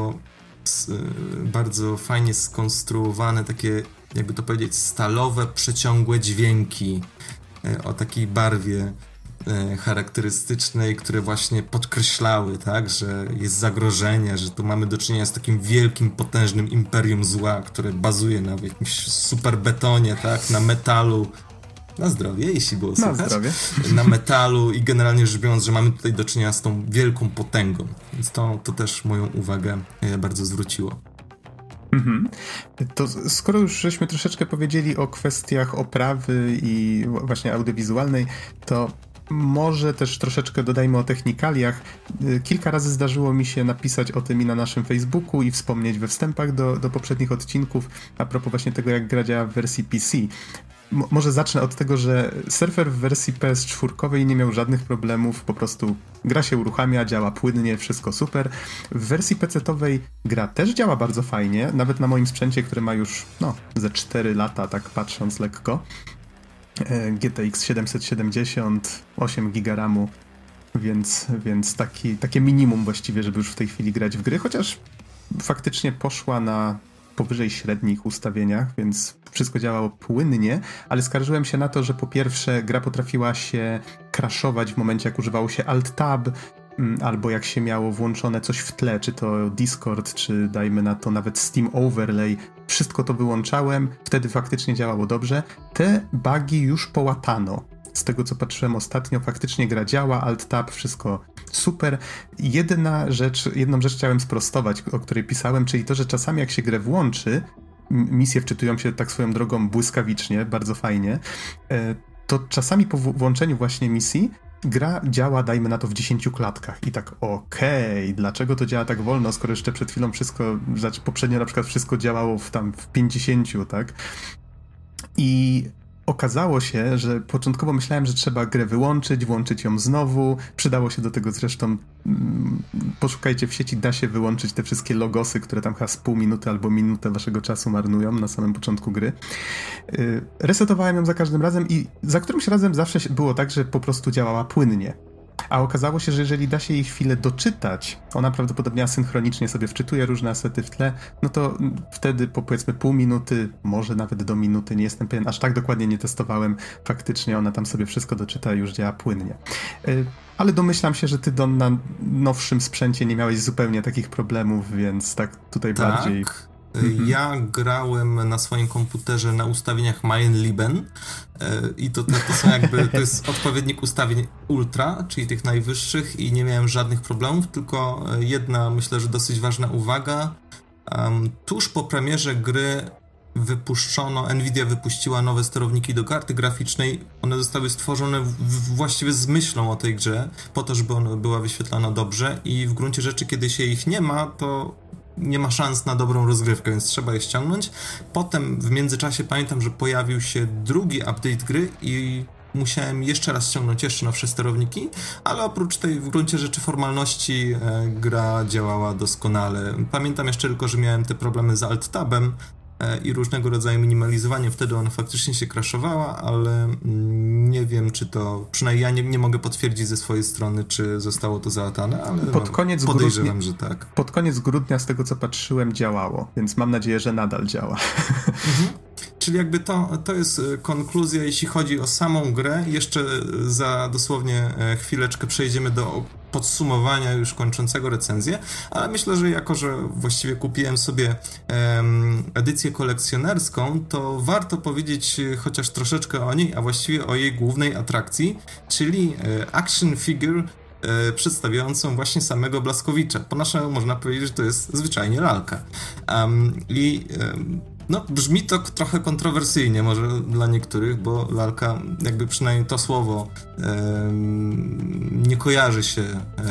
D: bardzo fajnie skonstruowane, takie, jakby to powiedzieć, stalowe, przeciągłe dźwięki o takiej barwie charakterystycznej, które właśnie podkreślały, tak, że jest zagrożenie, że tu mamy do czynienia z takim wielkim, potężnym imperium zła, które bazuje na jakimś super betonie, tak, na metalu, na zdrowie, jeśli było słychać,
A: na zdrowie,
D: na metalu i generalnie rzecz biorąc, że mamy tutaj do czynienia z tą wielką potęgą, więc to też moją uwagę bardzo zwróciło.
A: To skoro już żeśmy troszeczkę powiedzieli o kwestiach oprawy i właśnie audiowizualnej, to może też troszeczkę dodajmy o technikaliach. Kilka razy zdarzyło mi się napisać o tym i na naszym Facebooku i wspomnieć we wstępach do poprzednich odcinków a propos właśnie tego, jak gra działa w wersji PC. Może zacznę od tego, że serwer w wersji PS4 nie miał żadnych problemów, po prostu gra się uruchamia, działa płynnie, wszystko super. W wersji PC-owej gra też działa bardzo fajnie, nawet na moim sprzęcie, który ma już ze 4 lata, tak patrząc lekko. GTX 770, 8 GB RAMu, więc takie minimum właściwie, żeby już w tej chwili grać w gry, chociaż faktycznie poszła na powyżej średnich ustawieniach, więc wszystko działało płynnie, ale skarżyłem się na to, że po pierwsze gra potrafiła się crashować w momencie, jak używało się Alt-Tab, albo jak się miało włączone coś w tle, czy to Discord, czy dajmy na to nawet Steam Overlay, wszystko to wyłączałem, wtedy faktycznie działało dobrze. Te bugi już połatano. Z tego, co patrzyłem ostatnio, faktycznie gra działa, Alt-Tab, wszystko super. Jedną rzecz chciałem sprostować, o której pisałem, czyli to, że czasami jak się grę włączy, misje wczytują się tak swoją drogą błyskawicznie, bardzo fajnie, to czasami po włączeniu właśnie misji gra działa, dajmy na to, w 10 klatkach. I tak, dlaczego to działa tak wolno, skoro jeszcze przed chwilą poprzednio na przykład wszystko działało w 50, tak? I okazało się, że początkowo myślałem, że trzeba grę wyłączyć, włączyć ją znowu. Przydało się do tego zresztą, poszukajcie w sieci, da się wyłączyć te wszystkie logosy, które tam chyba z pół minuty albo minutę waszego czasu marnują na samym początku gry. Resetowałem ją za każdym razem i za którymś razem zawsze było tak, że po prostu działała płynnie. A okazało się, że jeżeli da się jej chwilę doczytać, ona prawdopodobnie asynchronicznie sobie wczytuje różne asety w tle, no to wtedy po powiedzmy pół minuty, może nawet do minuty, nie jestem pewien, aż tak dokładnie nie testowałem, faktycznie ona tam sobie wszystko doczyta i już działa płynnie. Ale domyślam się, że ty, Don, na nowszym sprzęcie nie miałeś zupełnie takich problemów, więc tak tutaj bardziej...
D: Ja grałem na swoim komputerze na ustawieniach Meilenleben i to są jakby, to jest odpowiednik ustawień ultra, czyli tych najwyższych i nie miałem żadnych problemów, tylko jedna, myślę, że dosyć ważna uwaga. Tuż po premierze gry Nvidia wypuściła nowe sterowniki do karty graficznej. One zostały stworzone właściwie z myślą o tej grze, po to, żeby ona była wyświetlana dobrze i w gruncie rzeczy, kiedy się ich nie ma, to nie ma szans na dobrą rozgrywkę, więc trzeba je ściągnąć. Potem w międzyczasie pamiętam, że pojawił się drugi update gry i musiałem jeszcze raz ściągnąć jeszcze nowsze sterowniki, ale oprócz tej w gruncie rzeczy formalności gra działała doskonale. Pamiętam jeszcze tylko, że miałem te problemy z Alt-Tabem i różnego rodzaju minimalizowaniem. Wtedy ona faktycznie się crashowała, ale nie wiem, czy to... Przynajmniej ja nie mogę potwierdzić ze swojej strony, czy zostało to załatane, ale podejrzewam, że tak.
A: Pod koniec grudnia, z tego co patrzyłem, działało, więc mam nadzieję, że nadal działa.
D: Czyli jakby to jest konkluzja, jeśli chodzi o samą grę. Jeszcze za dosłownie chwileczkę przejdziemy do podsumowania już kończącego recenzję, ale myślę, że jako, że właściwie kupiłem sobie edycję kolekcjonerską, to warto powiedzieć chociaż troszeczkę o niej, a właściwie o jej głównej atrakcji, czyli action figure przedstawiającą właśnie samego Błaskowicza. Po naszemu można powiedzieć, że to jest zwyczajnie lalka. No, brzmi to trochę kontrowersyjnie może dla niektórych, bo lalka, jakby przynajmniej to słowo nie kojarzy się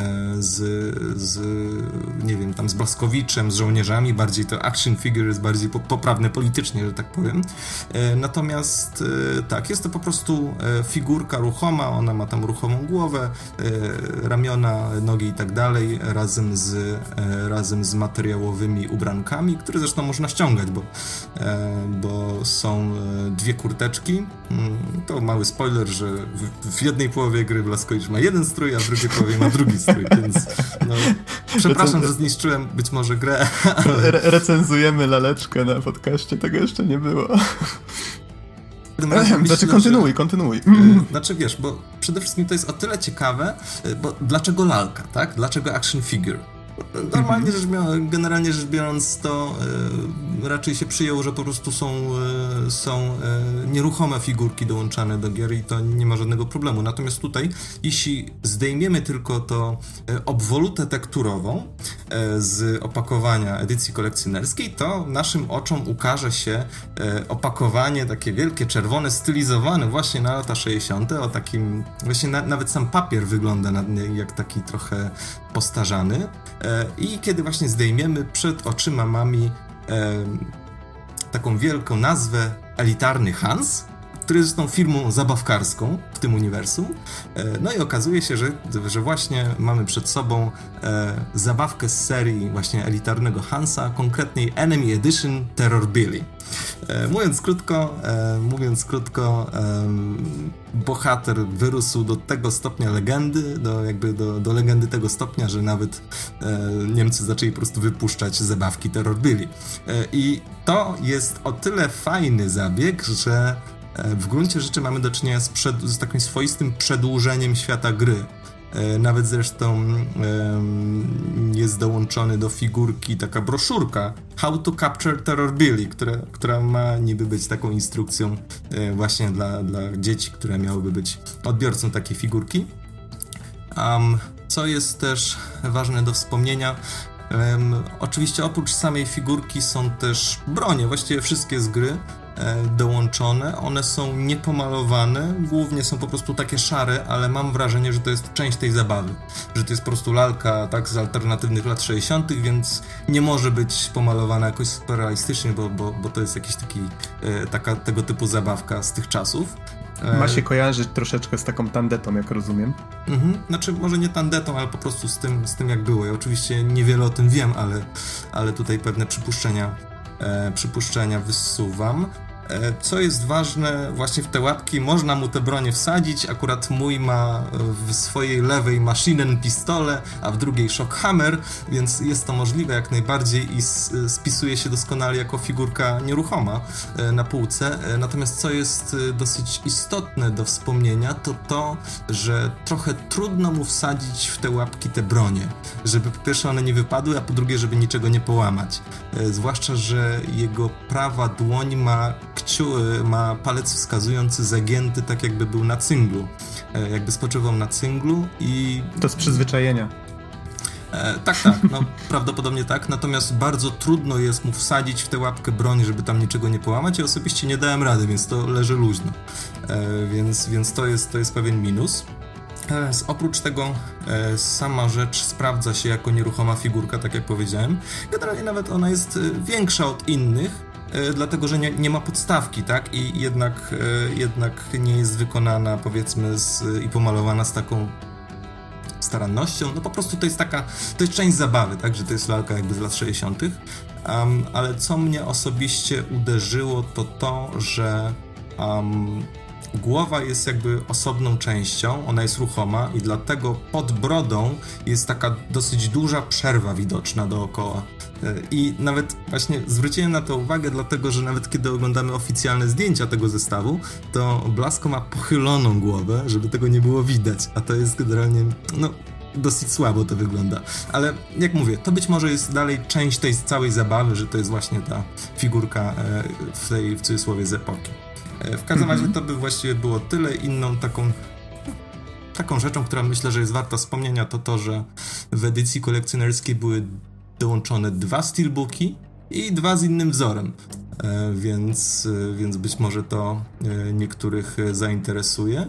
D: nie wiem, tam z Błaskowiczem, z żołnierzami, bardziej to action figure jest bardziej poprawne politycznie, że tak powiem. Natomiast tak, jest to po prostu figurka ruchoma, ona ma tam ruchomą głowę, ramiona, nogi i tak dalej, razem z materiałowymi ubrankami, które zresztą można ściągać, bo są dwie kurteczki. To mały spoiler, że w jednej połowie gry Błaskowicz ma jeden strój, a w drugiej połowie ma drugi strój, więc no, przepraszam, że zniszczyłem być może grę. Ale...
A: Recenzujemy laleczkę na podcaście, tego jeszcze nie było.
D: Znaczy
A: kontynuuj.
D: Znaczy wiesz, bo przede wszystkim to jest o tyle ciekawe, bo dlaczego lalka, tak? Dlaczego action figure? Normalnie generalnie rzecz biorąc, to raczej się przyjęło, że po prostu są nieruchome figurki dołączane do gier i to nie ma żadnego problemu. Natomiast tutaj, jeśli zdejmiemy tylko to obwolutę tekturową z opakowania edycji kolekcjonerskiej, to naszym oczom ukaże się opakowanie takie wielkie, czerwone, stylizowane właśnie na lata 60. o takim, właśnie nawet sam papier wygląda jak taki trochę postarzany. I kiedy właśnie zdejmiemy, przed oczyma mamy taką wielką nazwę Elitarny Hans, który jest tą firmą zabawkarską w tym uniwersum. No i okazuje się, że właśnie mamy przed sobą zabawkę z serii właśnie Elitarnego Hansa, konkretniej Enemy Edition Terror Billy. Mówiąc krótko, bohater wyrósł do tego stopnia legendy, do legendy tego stopnia, że nawet Niemcy zaczęli po prostu wypuszczać zabawki Terror Billy. I to jest o tyle fajny zabieg, że w gruncie rzeczy mamy do czynienia z takim swoistym przedłużeniem świata gry. Nawet zresztą jest dołączony do figurki taka broszurka How to Capture Terror Billy, która ma niby być taką instrukcją właśnie dla dzieci, które miałyby być odbiorcą takiej figurki. Co jest też ważne do wspomnienia, oczywiście oprócz samej figurki są też bronie, właściwie wszystkie z gry dołączone. One są niepomalowane, głównie są po prostu takie szare, ale mam wrażenie, że to jest część tej zabawy, że to jest po prostu lalka tak z alternatywnych lat 60., więc nie może być pomalowana jakoś super realistycznie, bo to jest jakiś taka tego typu zabawka z tych czasów.
A: Ma się kojarzyć troszeczkę z taką tandetą, jak rozumiem.
D: Znaczy, może nie tandetą, ale po prostu z tym jak było. Ja oczywiście niewiele o tym wiem, ale tutaj pewne przypuszczenia wysuwam. Co jest ważne, właśnie w te łapki można mu te bronie wsadzić. Akurat mój ma w swojej lewej Maschinenpistole, a w drugiej Shockhammer, więc jest to możliwe jak najbardziej i spisuje się doskonale jako figurka nieruchoma na półce. Natomiast co jest dosyć istotne do wspomnienia, to, że trochę trudno mu wsadzić w te łapki te bronie, żeby po pierwsze one nie wypadły, a po drugie, żeby niczego nie połamać. Zwłaszcza, że jego prawa dłoń ma palec wskazujący zagięty, tak jakby był na cynglu. Jakby spoczywał na cynglu i...
A: To z przyzwyczajenia.
D: Tak, no prawdopodobnie tak, natomiast bardzo trudno jest mu wsadzić w tę łapkę broń, żeby tam niczego nie połamać. Ja osobiście nie dałem rady, więc to leży luźno. Więc to jest pewien minus. Oprócz tego sama rzecz sprawdza się jako nieruchoma figurka, tak jak powiedziałem. Generalnie nawet ona jest większa od innych, dlatego, że nie ma podstawki, tak? I jednak nie jest wykonana, powiedzmy, i pomalowana z taką starannością. No po prostu to jest część zabawy, tak? Że to jest lalka jakby z lat 60. Ale co mnie osobiście uderzyło, to, że głowa jest jakby osobną częścią, ona jest ruchoma i dlatego pod brodą jest taka dosyć duża przerwa widoczna dookoła. I nawet właśnie zwróciłem na to uwagę, dlatego że nawet kiedy oglądamy oficjalne zdjęcia tego zestawu, to Blasco ma pochyloną głowę, żeby tego nie było widać, a to jest generalnie, dosyć słabo to wygląda. Ale jak mówię, to być może jest dalej część tej całej zabawy, że to jest właśnie ta figurka w cudzysłowie z epoki. W każdym razie to by właściwie było tyle. Inną taką rzeczą, która myślę, że jest warta wspomnienia, to, że w edycji kolekcjonerskiej były dołączone 2 steelbooki i 2 z innym wzorem, więc być może to niektórych zainteresuje.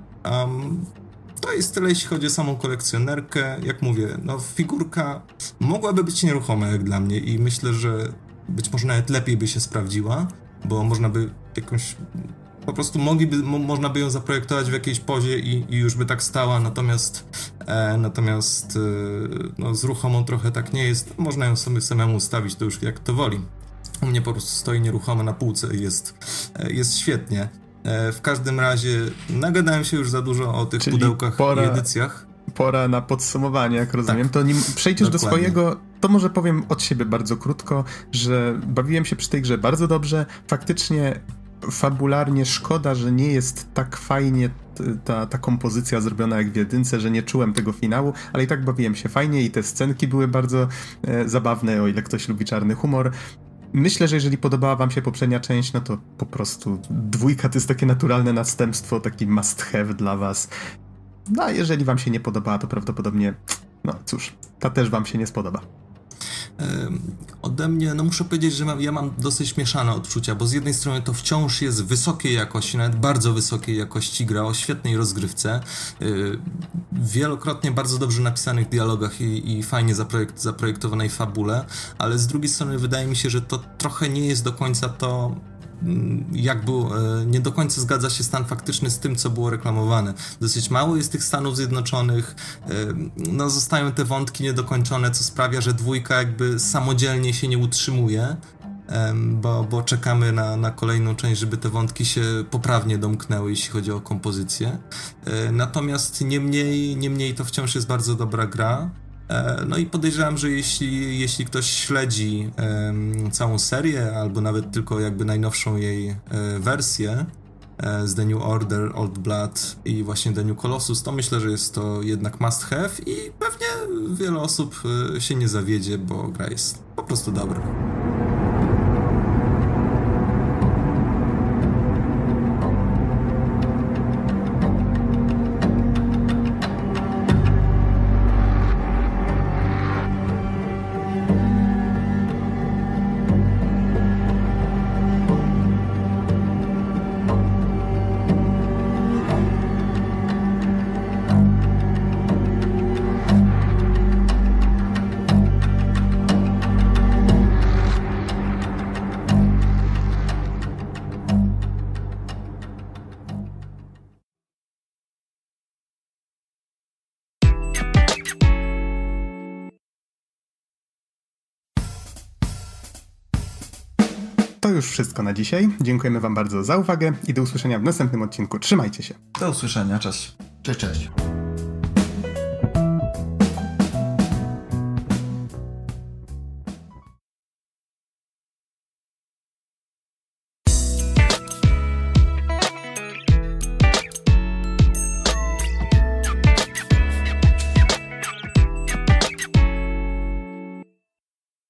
D: To jest tyle, jeśli chodzi o samą kolekcjonerkę. Jak mówię, figurka mogłaby być nieruchoma jak dla mnie i myślę, że być może nawet lepiej by się sprawdziła, bo można by po prostu można by ją zaprojektować w jakiejś pozie i już by tak stała, natomiast z ruchomą trochę tak nie jest. Można ją sobie samemu ustawić, to już jak to woli. U mnie po prostu stoi nieruchoma na półce i jest świetnie. W każdym razie nagadałem się już za dużo o tych pudełkach i edycjach.
A: Pora na podsumowanie, jak rozumiem.
D: Tak,
A: to nim przejdziesz
D: dokładnie
A: do swojego, to może powiem od siebie bardzo krótko, że bawiłem się przy tej grze bardzo dobrze. Faktycznie fabularnie szkoda, że nie jest tak fajnie ta kompozycja zrobiona jak w jedynce, że nie czułem tego finału, ale i tak bawiłem się fajnie i te scenki były bardzo zabawne, o ile ktoś lubi czarny humor. Myślę, że jeżeli podobała wam się poprzednia część, no to po prostu 2 to jest takie naturalne następstwo, taki must have dla was. No a jeżeli wam się nie podobała, to prawdopodobnie, cóż, ta też wam się nie spodoba.
D: Ode mnie, muszę powiedzieć, że ja mam dosyć mieszane odczucia, bo z jednej strony to wciąż jest wysokiej jakości, nawet bardzo wysokiej jakości gra o świetnej rozgrywce, wielokrotnie bardzo dobrze napisanych dialogach i fajnie zaprojektowanej fabule, ale z drugiej strony wydaje mi się, że to trochę nie jest do końca to, nie do końca zgadza się stan faktyczny z tym, co było reklamowane. Dosyć mało jest tych Stanów Zjednoczonych, zostają te wątki niedokończone, co sprawia, że 2 jakby samodzielnie się nie utrzymuje, bo czekamy na kolejną część, żeby te wątki się poprawnie domknęły, jeśli chodzi o kompozycję. Natomiast niemniej to wciąż jest bardzo dobra gra. I podejrzewam, że jeśli ktoś śledzi całą serię, albo nawet tylko jakby najnowszą jej wersję z The New Order, Old Blood i właśnie The New Colossus, to myślę, że jest to jednak must have i pewnie wiele osób się nie zawiedzie, bo gra jest po prostu dobra.
A: To już wszystko na dzisiaj. Dziękujemy wam bardzo za uwagę i do usłyszenia w następnym odcinku. Trzymajcie się.
B: Do usłyszenia, cześć.
C: Cześć.